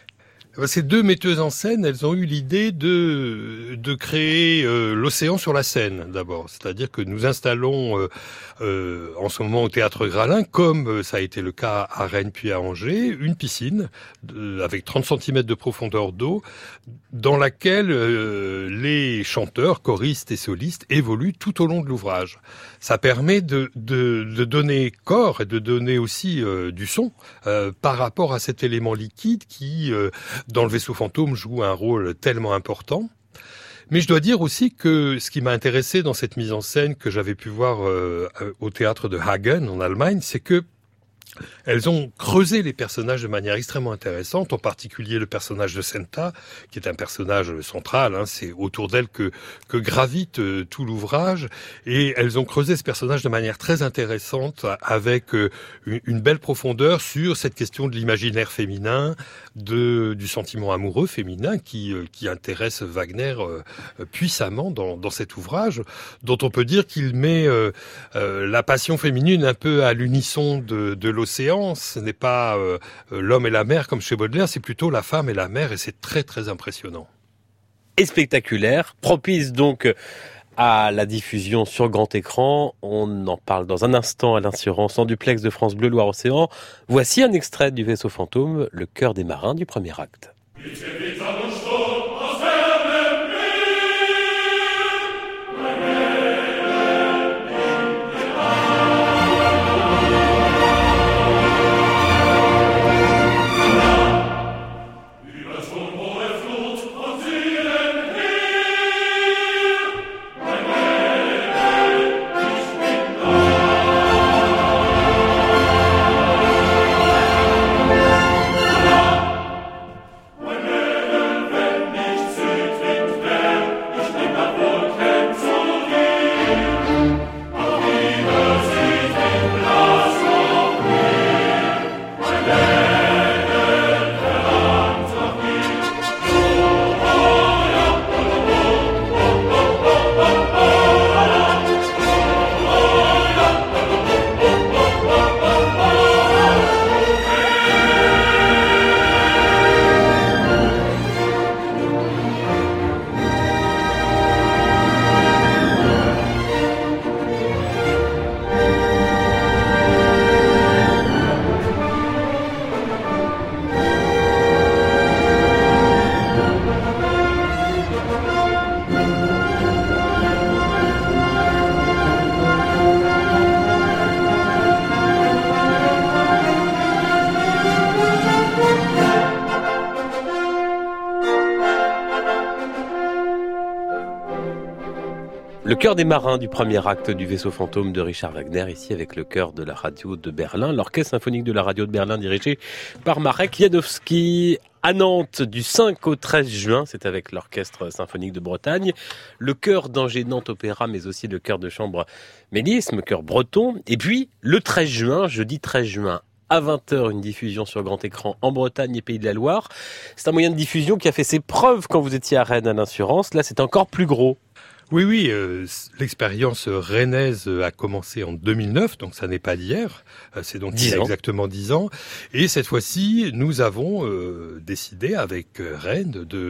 Ces deux metteuses en scène, elles ont eu l'idée de de créer euh, l'océan sur la Seine d'abord. C'est-à-dire que nous installons euh, euh, en ce moment au Théâtre Gralin, comme euh, ça a été le cas à Rennes puis à Angers, une piscine de, avec trente centimètres de profondeur d'eau, dans laquelle euh, les chanteurs, choristes et solistes évoluent tout au long de l'ouvrage. Ça permet de, de, de donner corps et de donner aussi euh, du son euh, par rapport à cet élément liquide qui, euh, dans le vaisseau fantôme, joue un rôle tellement important. Mais je dois dire aussi que ce qui m'a intéressé dans cette mise en scène que j'avais pu voir euh, au théâtre de Hagen en Allemagne, c'est que elles ont creusé les personnages de manière extrêmement intéressante, en particulier le personnage de Senta, qui est un personnage central, hein, c'est autour d'elle que, que gravite euh, tout l'ouvrage, et elles ont creusé ce personnage de manière très intéressante, avec euh, une, une belle profondeur sur cette question de l'imaginaire féminin, de, du sentiment amoureux féminin qui, euh, qui intéresse Wagner euh, puissamment dans, dans cet ouvrage, dont on peut dire qu'il met euh, euh, la passion féminine un peu à l'unisson de, de l'océan. Ce n'est pas euh, l'homme et la mer comme chez Baudelaire, c'est plutôt la femme et la mer, et c'est très très impressionnant. Et spectaculaire, propice donc à la diffusion sur grand écran. On en parle dans un instant à l'Insurance en duplex de France Bleu Loire-Océan. Voici un extrait du vaisseau fantôme, le cœur des marins du premier acte. Le chœur des marins du premier acte du vaisseau fantôme de Richard Wagner, ici avec le chœur de la radio de Berlin, l'orchestre symphonique de la radio de Berlin dirigé par Marek Janowski. À Nantes, du cinq au treize juin, c'est avec l'orchestre symphonique de Bretagne, le chœur d'Angers Nantes Opéra, mais aussi le chœur de chambre Mélisme, chœur breton. Et puis, le treize juin, jeudi treize juin, à vingt heures, une diffusion sur grand écran en Bretagne et Pays de la Loire. C'est un moyen de diffusion qui a fait ses preuves quand vous étiez à Rennes à l'Insurance. Là, c'est encore plus gros. Oui, oui, euh, l'expérience rennaise a commencé en deux mille neuf, donc ça n'est pas d'hier, euh, c'est donc il y a exactement dix ans. Et cette fois-ci, nous avons euh, décidé avec Rennes de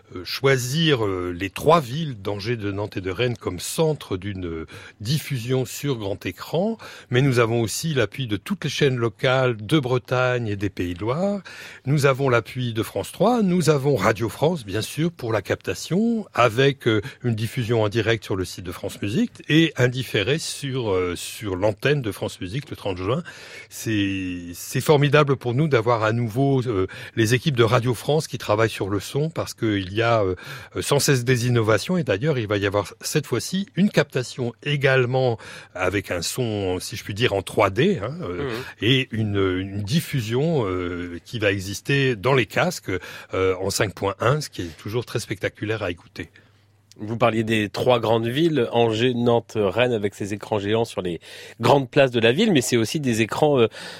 euh, choisir euh, les trois villes d'Angers, de Nantes et de Rennes comme centre d'une euh, diffusion sur grand écran, mais nous avons aussi l'appui de toutes les chaînes locales de Bretagne et des Pays de Loire. Nous avons l'appui de France trois, nous avons Radio France, bien sûr, pour la captation, avec euh, une diffusion en direct sur le site de France Musique et un différé sur, euh, sur l'antenne de France Musique le trente juin. C'est, c'est formidable pour nous d'avoir à nouveau euh, les équipes de Radio France qui travaillent sur le son, parce qu'il y a euh, sans cesse des innovations, et d'ailleurs il va y avoir cette fois-ci une captation également avec un son, si je puis dire, en trois D, hein, euh, mmh. et une, une diffusion euh, qui va exister dans les casques euh, en cinq point un, ce qui est toujours très spectaculaire à écouter. Vous parliez des trois grandes villes, Angers, Nantes, Rennes, avec ces écrans géants sur les grandes places de la ville, mais c'est aussi des écrans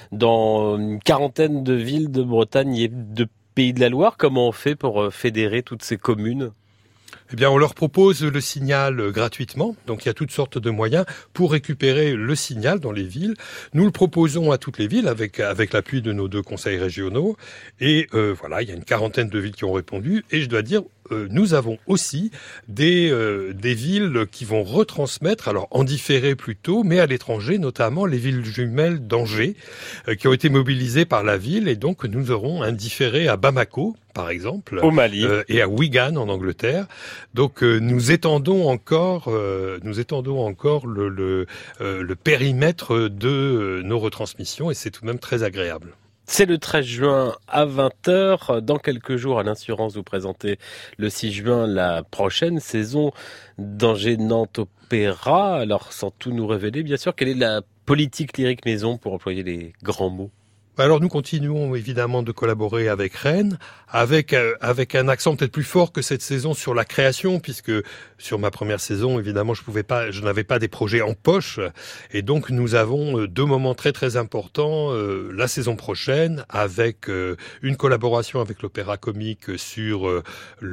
dans une quarantaine de villes de Bretagne et de Pays de la Loire. Comment on fait pour fédérer toutes ces communes ? Eh bien, on leur propose le signal gratuitement. Donc, il y a toutes sortes de moyens pour récupérer le signal dans les villes. Nous le proposons à toutes les villes avec avec l'appui de nos deux conseils régionaux. Et euh, voilà, il y a une quarantaine de villes qui ont répondu. Et je dois dire, euh, nous avons aussi des euh, des villes qui vont retransmettre, alors en différé plutôt, mais à l'étranger, notamment les villes jumelles d'Angers, euh, qui ont été mobilisées par la ville. Et donc, nous aurons un différé à Bamako, par exemple, au Mali, euh, et à Wigan en Angleterre. Donc euh, nous étendons encore, euh, nous étendons encore le, le, euh, le périmètre de euh, nos retransmissions, et c'est tout de même très agréable. C'est le treize juin à vingt heures. Dans quelques jours, à l'Assurance, vous présentez le six juin la prochaine saison d'Angers Nantes Opéra. Alors, sans tout nous révéler, bien sûr, quelle est la politique Lyrique Maison, pour employer les grands mots ? Alors nous continuons évidemment de collaborer avec Rennes, avec euh, avec un accent peut-être plus fort que cette saison sur la création, puisque sur ma première saison, évidemment, je pouvais pas, je n'avais pas des projets en poche, et donc nous avons deux moments très très importants euh, la saison prochaine, avec euh, une collaboration avec l'Opéra Comique sur euh,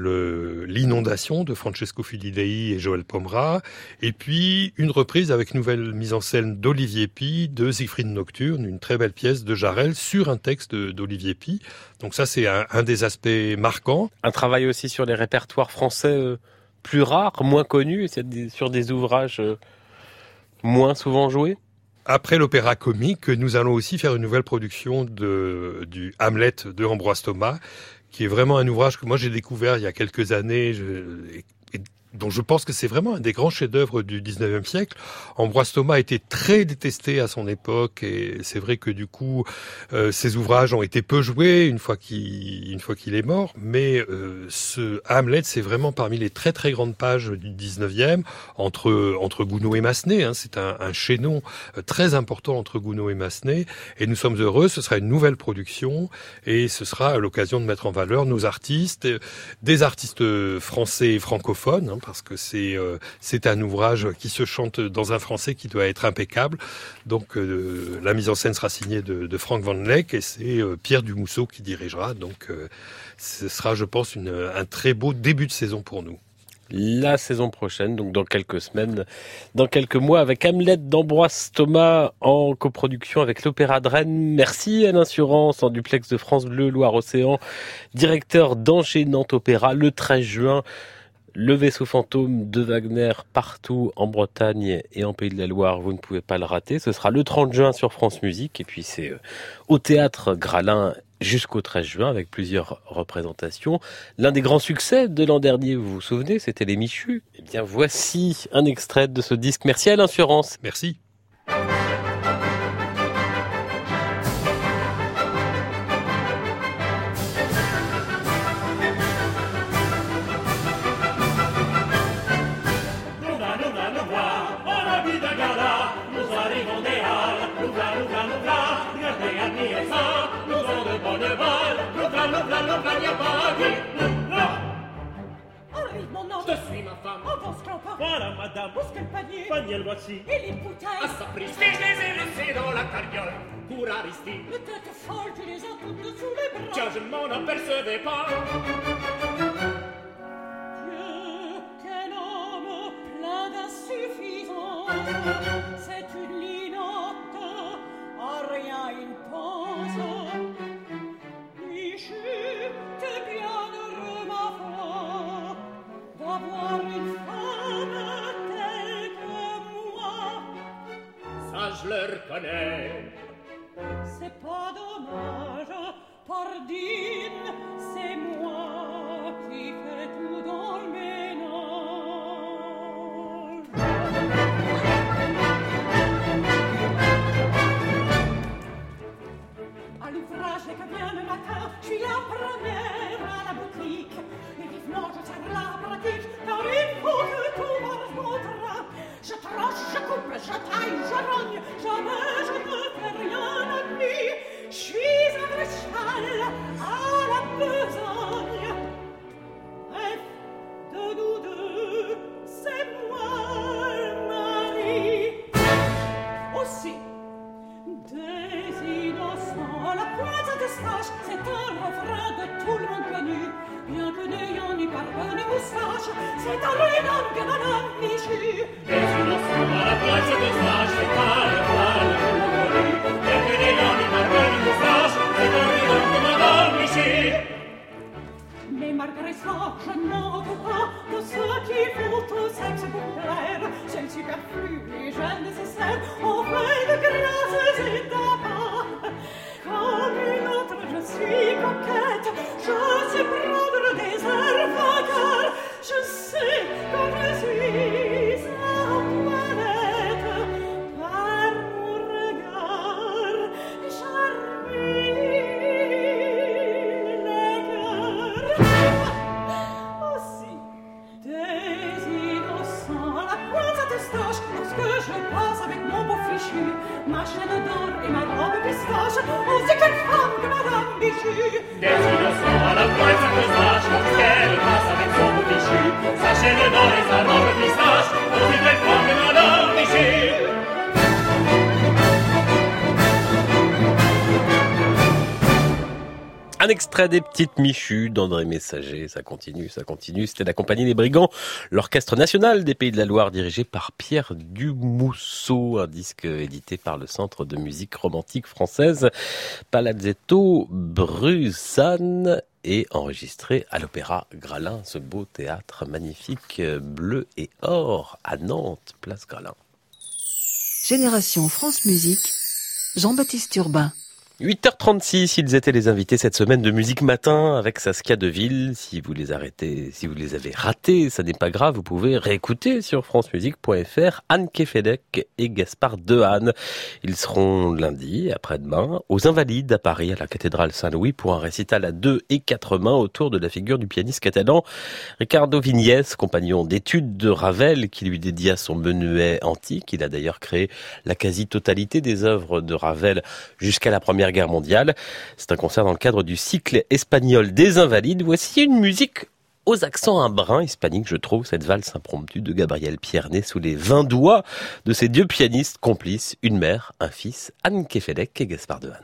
le l'inondation de Francesco Filidei et Joël Pomera, et puis une reprise avec nouvelle mise en scène d'Olivier Py de Siegfried Nocturne, une très belle pièce de Jarel sur un texte d'Olivier Py. Donc ça, c'est un, un des aspects marquants. Un travail aussi sur les répertoires français euh, plus rares, moins connus, sur des ouvrages euh, moins souvent joués. Après l'opéra comique, nous allons aussi faire une nouvelle production de, du Hamlet de Ambroise Thomas, qui est vraiment un ouvrage que moi j'ai découvert il y a quelques années, je, et, et dont je pense que c'est vraiment un des grands chefs-d'œuvre du dix-neuvième siècle. Ambroise Thomas a été très détesté à son époque, et c'est vrai que du coup, euh, ses ouvrages ont été peu joués une fois qu'il, une fois qu'il est mort. Mais euh, ce Hamlet, c'est vraiment parmi les très très grandes pages du dix-neuvième, entre entre Gounod et Massenet. Hein, c'est un, un chaînon très important entre Gounod et Massenet, et nous sommes heureux. Ce sera une nouvelle production, et ce sera l'occasion de mettre en valeur nos artistes, des artistes français et francophones. Hein, parce que c'est euh, c'est un ouvrage qui se chante dans un français qui doit être impeccable. Donc euh, la mise en scène sera signée de, de Franck Van Leck, et c'est euh, Pierre Dumousseau qui dirigera. Donc euh, ce sera, je pense, une, un très beau début de saison pour nous. La saison prochaine, donc dans quelques semaines, dans quelques mois, avec Hamlet d'Ambroise Thomas en coproduction avec l'Opéra de Rennes. Merci Alain Surance, en duplex de France Bleu Loire-Océan, directeur d'Angers Nantes Opéra, le treize juin. Le vaisseau fantôme de Wagner partout en Bretagne et en Pays de la Loire, vous ne pouvez pas le rater. Ce sera le trente juin sur France Musique, et puis c'est au Théâtre Gralin jusqu'au treize juin avec plusieurs représentations. L'un des grands succès de l'an dernier, vous vous souvenez, c'était Les Michus. Eh bien voici un extrait de ce disque. Merci Alain Surance. Merci. Je suis ma femme. Oh, bon scampa. Voilà, madame. Où est-ce que le panier? Panier, le voici. Et les bouteilles? À sa prise. Je les ai laissées dans la carriole. Pour Aristide. Le tête folle, tu les as toutes sous les bras. Tiens, je ne m'en apercevais pas. Dieu, quel homme plein d'insuffisance. C'est une linotte, à rien il pense. Michu, t'es bien heureux, ma foi. je le reconnais. C'est pas dommage, Pardine, c'est moi qui fais tout dans le ménage. À l'ouvrage, dès que vient le matin, je suis la première à la boutique. Et vivement, je serre la pratique, car il faut que tout marche bon train. Je tranche, je coupe, je taille, je rogne, jamais je ne fais rien à demi. Je suis un vrai cheval à la besogne. Bref, de nous deux, c'est moi le mari. Aussi, des innocents, la pointe de stache, c'est un refrain de tout le monde connu. Bien que n'ayant ni barbe ni moustache, c'est à lui-même que Madame Michu. Des innocents à la pointe de stache, c'est un refrain de tout le monde connu. Bien que n'ayant ni barbe ni moustache, c'est à lui-même que Madame Michu. Mais malgré ça, je ne manque pas de ceux qui font au sexe pour plaire. C'est le superflu et jeune nécessaire, on fait de grâces et d'abats. Comme une autre, je suis coquette, je sais prendre des airs vagueurs. Je sais quand je suis en toilette, par mon regard, j'armille les cœurs. Aussi, des innocents à la pointe de stache, lorsque je passe avec mon beau fichu, ma chaîne d'or et ma robe pistache, on sait quelle femme que Madame Michu. Des innocents à la pointe de stache, lorsqu'elle passe avec son beau fichu, sa chaîne d'or et sa robe pistache, on sait quelle femme que Madame Michu. Un extrait des Petites Michues d'André Messager. Ça continue, ça continue. C'était la compagnie des Brigands, l'orchestre national des Pays de la Loire dirigé par Pierre Dumousseau, un disque édité par le Centre de musique romantique française Palazzetto Bruzane et enregistré à l'Opéra Gralin, ce beau théâtre magnifique bleu et or à Nantes, place Gralin. Génération France Musique, Jean-Baptiste Urbain. huit heures trente-six, ils étaient les invités cette semaine de Musique Matin avec Saskia Deville. Si vous les arrêtez, si vous les avez ratés, ça n'est pas grave, vous pouvez réécouter sur francemusique point f r Anne Kefelec et Gaspard Dehaene. Ils seront lundi, après-demain, aux Invalides à Paris, à la cathédrale Saint-Louis, pour un récital à deux et quatre mains autour de la figure du pianiste catalan Ricardo Vignès, compagnon d'études de Ravel, qui lui dédia son menuet antique. Il a d'ailleurs créé la quasi-totalité des œuvres de Ravel jusqu'à la Première Guerre mondiale. C'est un concert dans le cadre du cycle espagnol des Invalides. Voici une musique aux accents un brin hispanique, je trouve, cette valse impromptue de Gabriel Pierné sous les vingt doigts de ces deux pianistes complices, une mère, un fils, Anne Kefelec et Gaspard Dehaene.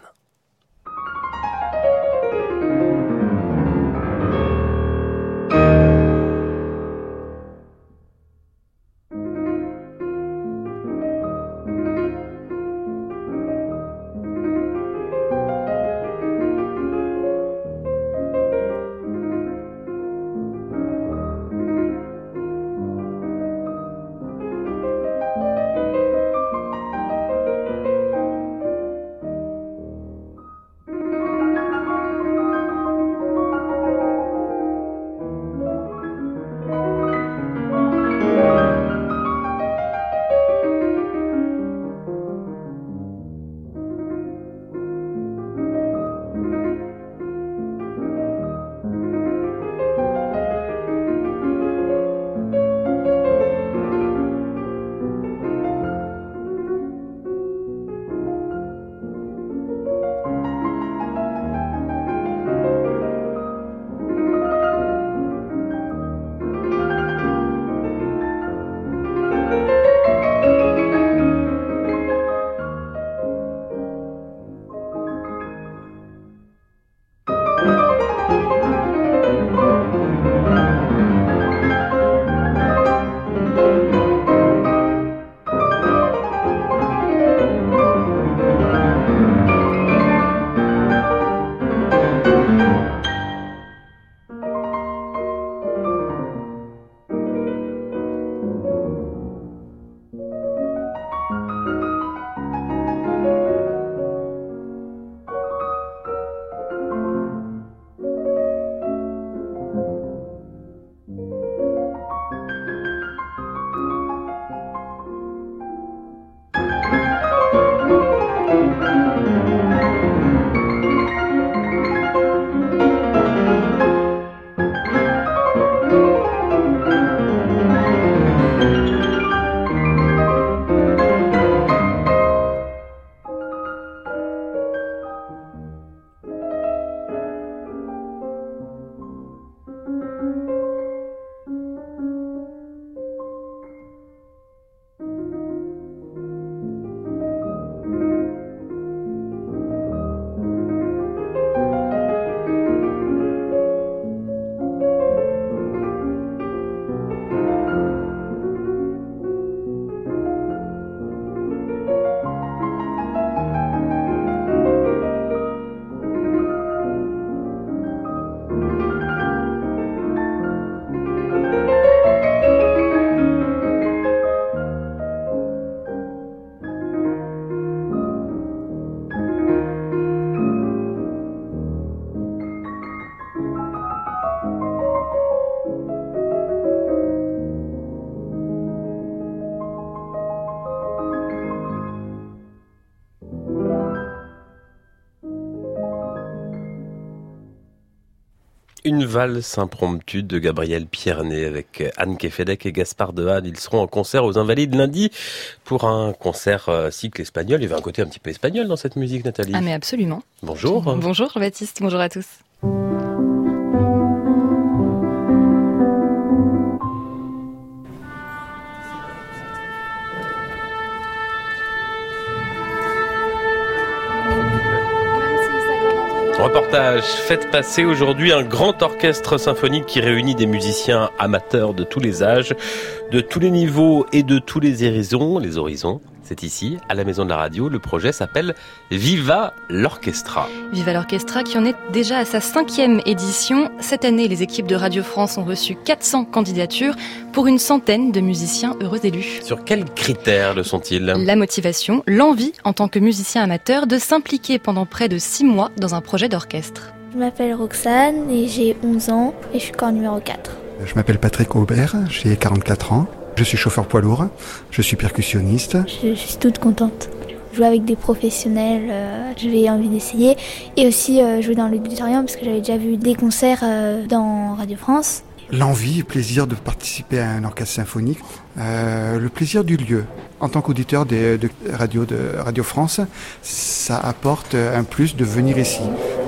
Une valse impromptue de Gabriel Pierné avec Anne Kefedek et Gaspard Dehaene. Ils seront en concert aux Invalides lundi pour un concert euh, cycle espagnol. Il y avait un côté un petit peu espagnol dans cette musique, Nathalie. Ah mais absolument. Bonjour. Bonjour Jean-Baptiste, bonjour à tous. Reportage, faites passer aujourd'hui un grand orchestre symphonique qui réunit des musiciens amateurs de tous les âges, de tous les niveaux et de tous les horizons. Les horizons, c'est ici, à la Maison de la Radio. Le projet s'appelle Viva l'Orchestra. Viva l'Orchestra qui en est déjà à sa cinquième édition. Cette année, les équipes de Radio France ont reçu quatre cents candidatures pour une centaine de musiciens heureux élus. Sur quels critères le sont-ils ? La motivation, l'envie en tant que musicien amateur de s'impliquer pendant près de six mois dans un projet d'orchestre. Je m'appelle Roxane et j'ai onze ans et je suis corps numéro quatre. Je m'appelle Patrick Aubert, j'ai quarante-quatre ans. Je suis chauffeur poids lourd, je suis percussionniste. Je, je suis toute contente. Jouer avec des professionnels, euh, j'avais envie d'essayer. Et aussi euh, jouer dans l'auditorium parce que j'avais déjà vu des concerts euh, dans Radio France. L'envie, le plaisir de participer à un orchestre symphonique, euh, le plaisir du lieu. En tant qu'auditeur de, de, radio, de Radio France, ça apporte un plus de venir ici.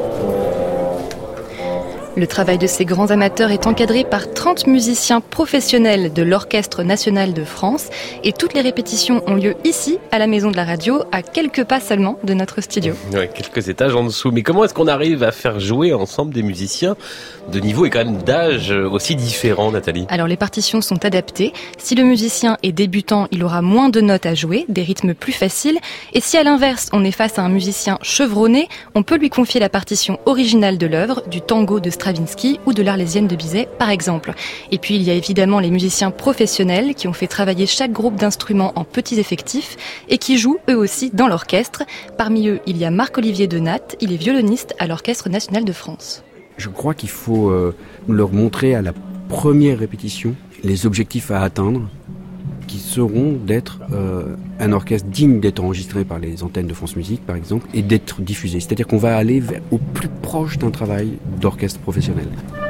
Le travail de ces grands amateurs est encadré par trente musiciens professionnels de l'Orchestre national de France et toutes les répétitions ont lieu ici, à la Maison de la Radio, à quelques pas seulement de notre studio. Ouais, quelques étages en dessous. Mais comment est-ce qu'on arrive à faire jouer ensemble des musiciens de niveau et quand même d'âge aussi différents, Nathalie ? Alors les partitions sont adaptées. Si le musicien est débutant, il aura moins de notes à jouer, des rythmes plus faciles. Et si à l'inverse, on est face à un musicien chevronné, on peut lui confier la partition originale de l'œuvre, du tango de Stravinsky ou de l'Arlésienne de Bizet, par exemple. Et puis il y a évidemment les musiciens professionnels qui ont fait travailler chaque groupe d'instruments en petits effectifs et qui jouent eux aussi dans l'orchestre. Parmi eux, il y a Marc-Olivier Denatte, il est violoniste à l'Orchestre national de France. Je crois qu'il faut euh, leur montrer à la première répétition les objectifs à atteindre, qui seront d'être euh, un orchestre digne d'être enregistré par les antennes de France Musique, par exemple, et d'être diffusé. C'est-à-dire qu'on va aller vers, au plus proche d'un travail d'orchestre professionnel.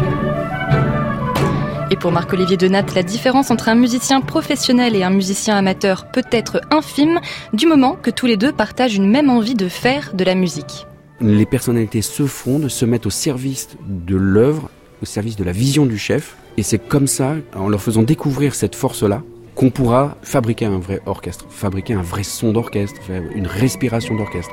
Et pour Marc-Olivier Denatte, la différence entre un musicien professionnel et un musicien amateur peut être infime, du moment que tous les deux partagent une même envie de faire de la musique. Les personnalités se fondent, se mettent au service de l'œuvre, au service de la vision du chef, et c'est comme ça, en leur faisant découvrir cette force-là, qu'on pourra fabriquer un vrai orchestre, fabriquer un vrai son d'orchestre, une respiration d'orchestre.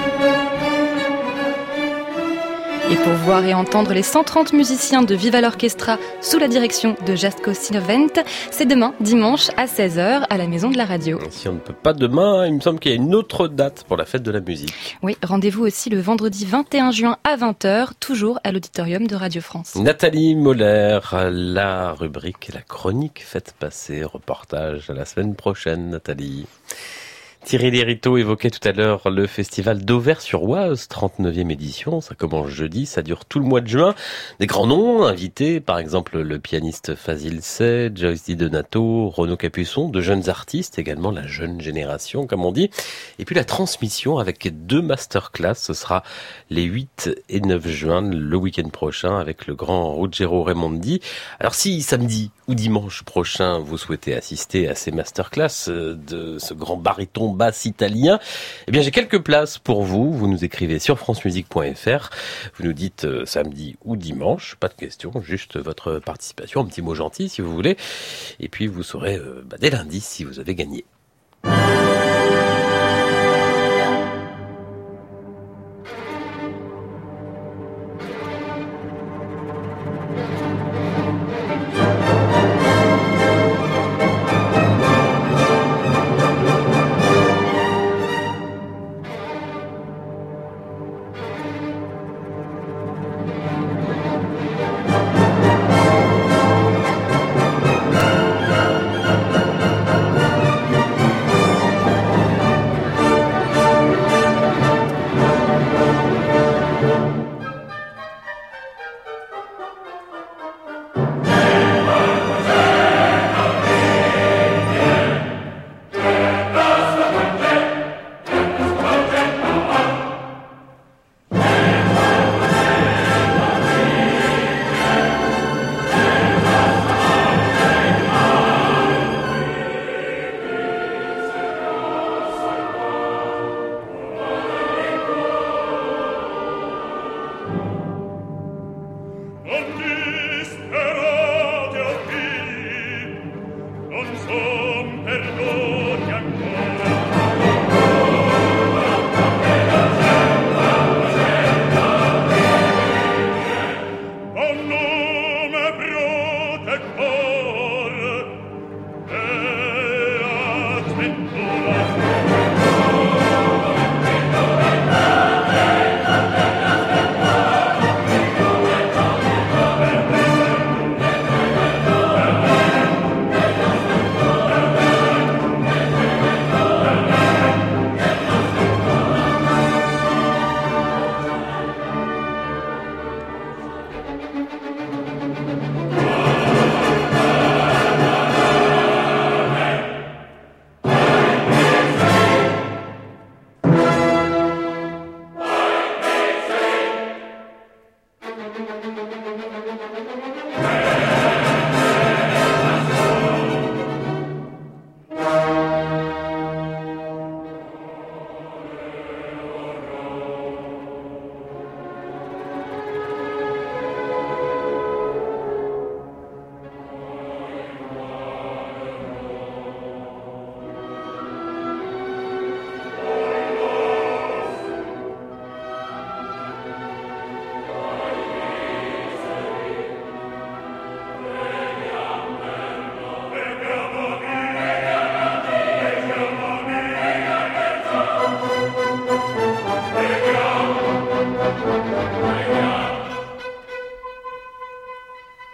Et pour voir et entendre les cent trente musiciens de Viva l'Orchestra sous la direction de Jasko Sinovent, c'est demain, dimanche, à seize heures, à la Maison de la Radio. Si on ne peut pas demain, il me semble qu'il y a une autre date pour la fête de la musique. Oui, rendez-vous aussi le vendredi vingt et un juin à vingt heures, toujours à l'auditorium de Radio France. Nathalie Moller, la rubrique, la chronique Faites passer, reportage à la semaine prochaine, Nathalie. Thierry Lériteau évoquait tout à l'heure le festival d'Auvers-sur-Oise, trente-neuvième édition. Ça commence jeudi, ça dure tout le mois de juin. Des grands noms invités, par exemple le pianiste Fazil Say, Joyce Di Donato, Renaud Capuçon, de jeunes artistes, également la jeune génération, comme on dit. Et puis la transmission avec deux masterclass, ce sera les huit et neuf juin, le week-end prochain, avec le grand Ruggero Raimondi. Alors si samedi ou dimanche prochain, vous souhaitez assister à ces masterclass de ce grand baryton basse italien, eh bien j'ai quelques places pour vous. Vous nous écrivez sur francemusique point f r. Vous nous dites euh, samedi ou dimanche, pas de question, juste votre participation, un petit mot gentil si vous voulez. Et puis vous saurez euh, bah, dès lundi si vous avez gagné.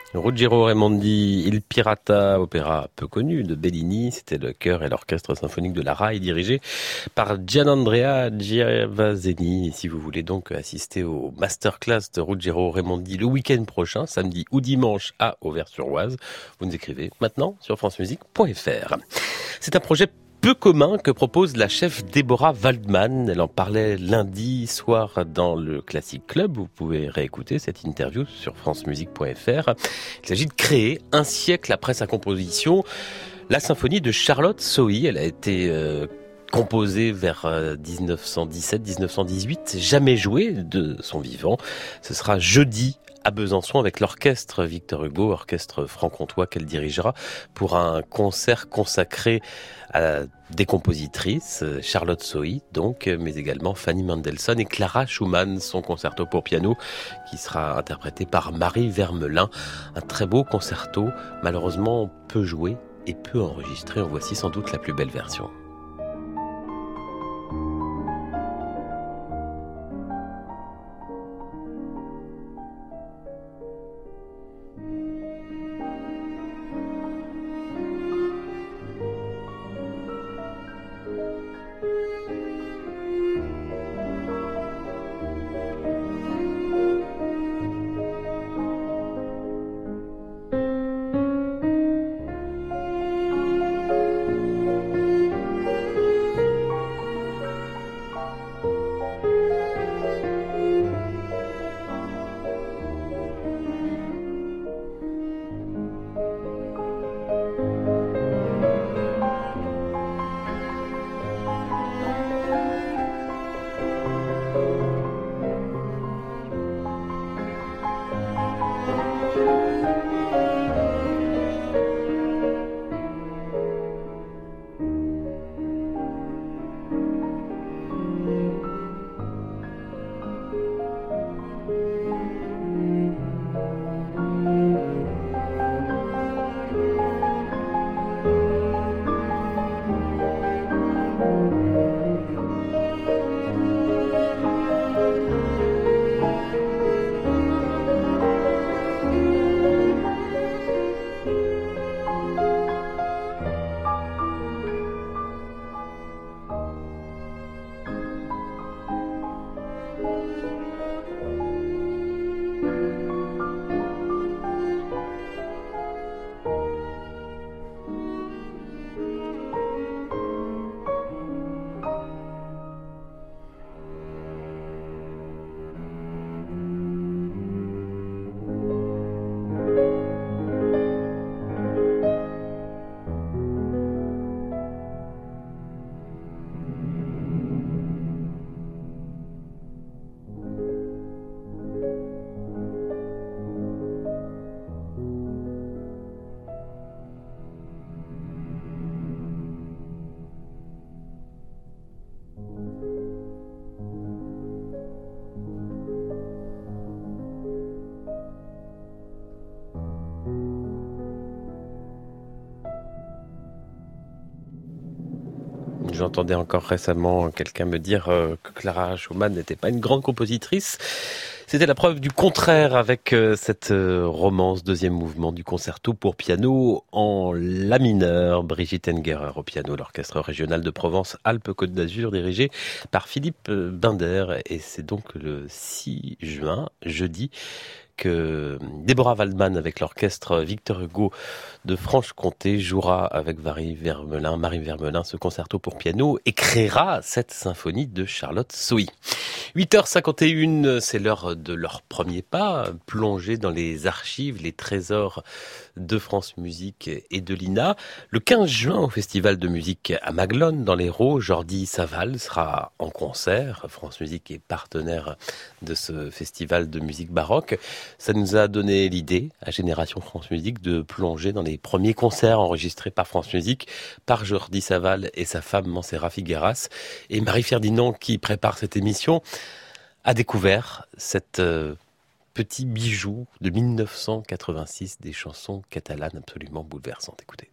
Ruggiero Raimondi, Il Pirata, opéra peu connu de Bellini, c'était le chœur et l'orchestre symphonique de la R A I dirigé par Gianandrea Giavazzeni. Et si vous voulez donc assister au masterclass de Ruggiero Raimondi le week-end prochain, samedi ou dimanche à Auvers-sur-Oise, vous nous écrivez maintenant sur francemusique point f r. C'est un projet peu commun que propose la chef Déborah Waldman. Elle en parlait lundi soir dans le Classic Club. Vous pouvez réécouter cette interview sur francemusique point f r. Il s'agit de créer, un siècle après sa composition, la symphonie de Charlotte Sohi. Elle a été euh, composée vers euh, dix-neuf cent dix-sept dix-neuf cent dix-huit, jamais jouée de son vivant. Ce sera jeudi à Besançon avec l'orchestre Victor Hugo, orchestre franc-comtois qu'elle dirigera pour un concert consacré à des compositrices, Charlotte Sohi donc, mais également Fanny Mendelssohn et Clara Schumann, son concerto pour piano qui sera interprété par Marie Vermelin. Un très beau concerto, malheureusement peu joué et peu enregistré. En voici sans doute la plus belle version. J'entendais encore récemment quelqu'un me dire euh, que Clara Schumann n'était pas une grande compositrice. C'était la preuve du contraire avec euh, cette euh, romance, deuxième mouvement du concerto pour piano en la mineur. Brigitte Engerer au piano, l'orchestre régional de Provence-Alpes-Côte d'Azur dirigé par Philippe Binder. Et c'est donc le six juin, jeudi, que Déborah Waldman avec l'orchestre Victor Hugo de Franche-Comté jouera avec Marie Vermelin, Marie Vermelin ce concerto pour piano et créera cette symphonie de Charlotte Sohi. huit heures cinquante et une, c'est l'heure de leur premier pas, plongé dans les archives, les trésors de France Musique et de l'I N A. Le quinze juin, au Festival de musique à Maglone, dans l'Hérault, Jordi Saval sera en concert. France Musique est partenaire de ce festival de musique baroque. Ça nous a donné l'idée, à Génération France Musique, de plonger dans les premiers concerts enregistrés par France Musique, par Jordi Saval et sa femme Mancera Figueras. Et Marie Ferdinand, qui prépare cette émission, a découvert cette euh, petit bijou de mille neuf cent quatre-vingt-six, des chansons catalanes absolument bouleversantes. Écoutez.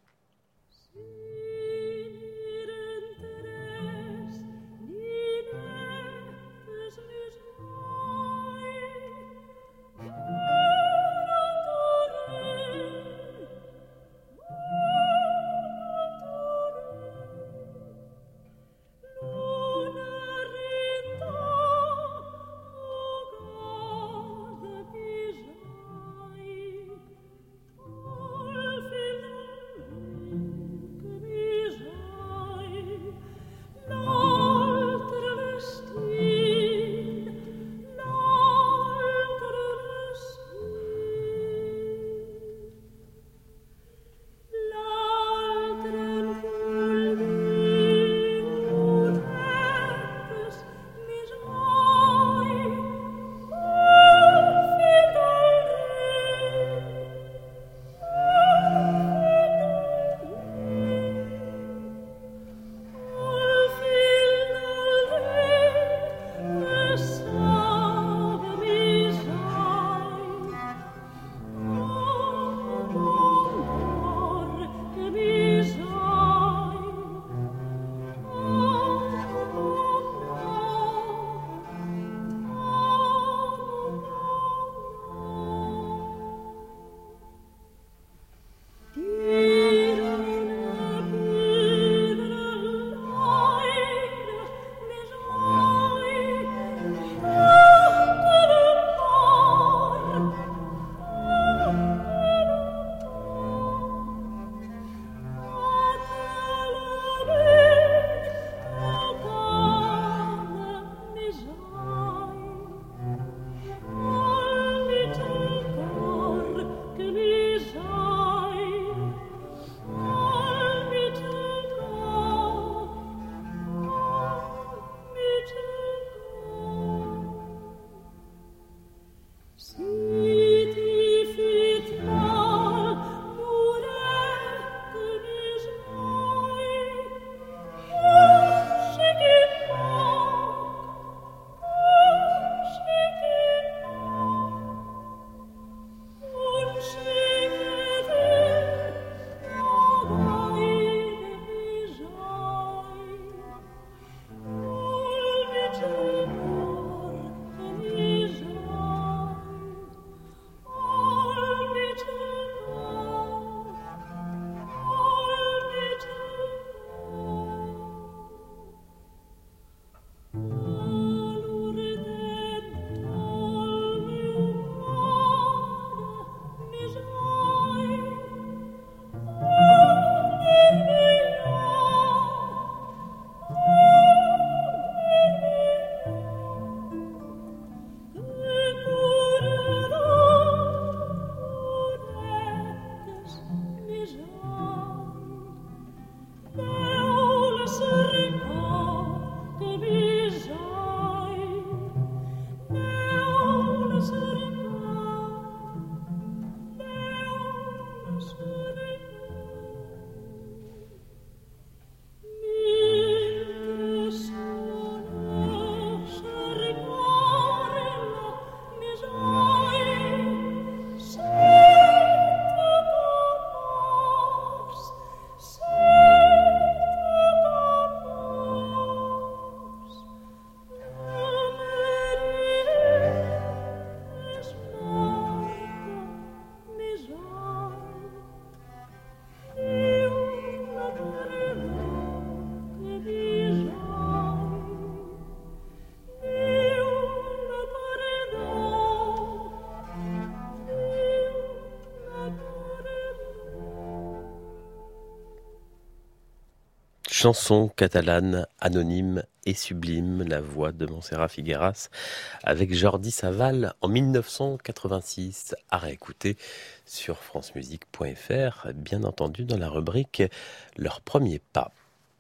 chanson catalane anonyme et sublime, la voix de Montserrat Figueras avec Jordi Savall en mille neuf cent quatre-vingt-six, à réécouter sur francemusique point f r, bien entendu dans la rubrique Leurs premiers pas.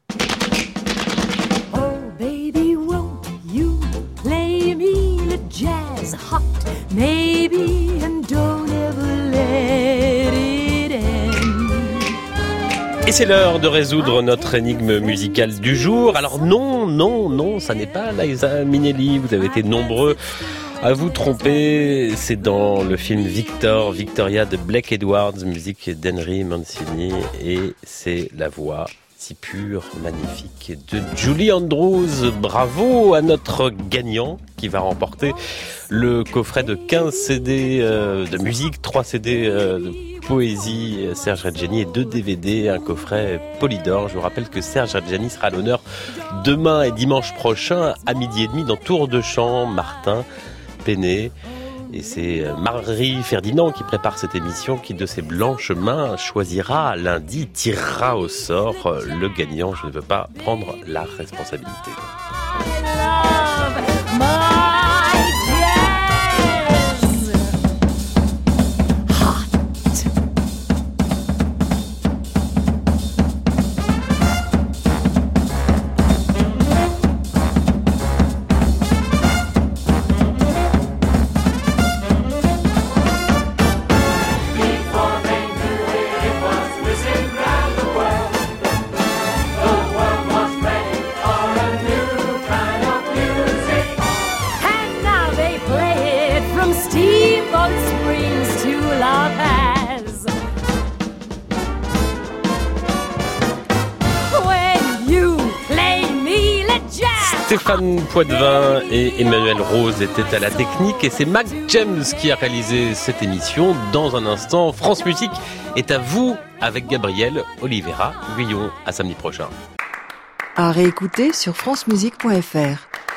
Oh baby, won't you play me the jazz hot, maybe, and don't ever let it end. Et c'est l'heure de résoudre notre énigme musicale du jour. Alors non, non, non, ça n'est pas Liza Minnelli. Vous avez été nombreux à vous tromper. C'est dans le film Victor, Victoria de Blake Edwards, musique d'Henry Mancini. Et c'est la voix si pure, magnifique de Julie Andrews. Bravo à notre gagnant qui va remporter le coffret de quinze C D de musique, trois C D de poésie Serge Reggiani et deux D V D, un coffret Polydor. Je vous rappelle que Serge Reggiani sera à l'honneur demain et dimanche prochain à midi et demi dans Tour de Chant, Martin Penet. Et c'est Marie Ferdinand qui prépare cette émission qui, de ses blanches mains, choisira lundi, tirera au sort le gagnant. Je ne veux pas prendre la responsabilité. Stéphane Poitvin et Emmanuel Rose étaient à la technique et c'est Mac James qui a réalisé cette émission. Dans un instant, France Musique est à vous avec Gabriel Oliveira Guillon. À samedi prochain. À réécouter sur francemusique point f r.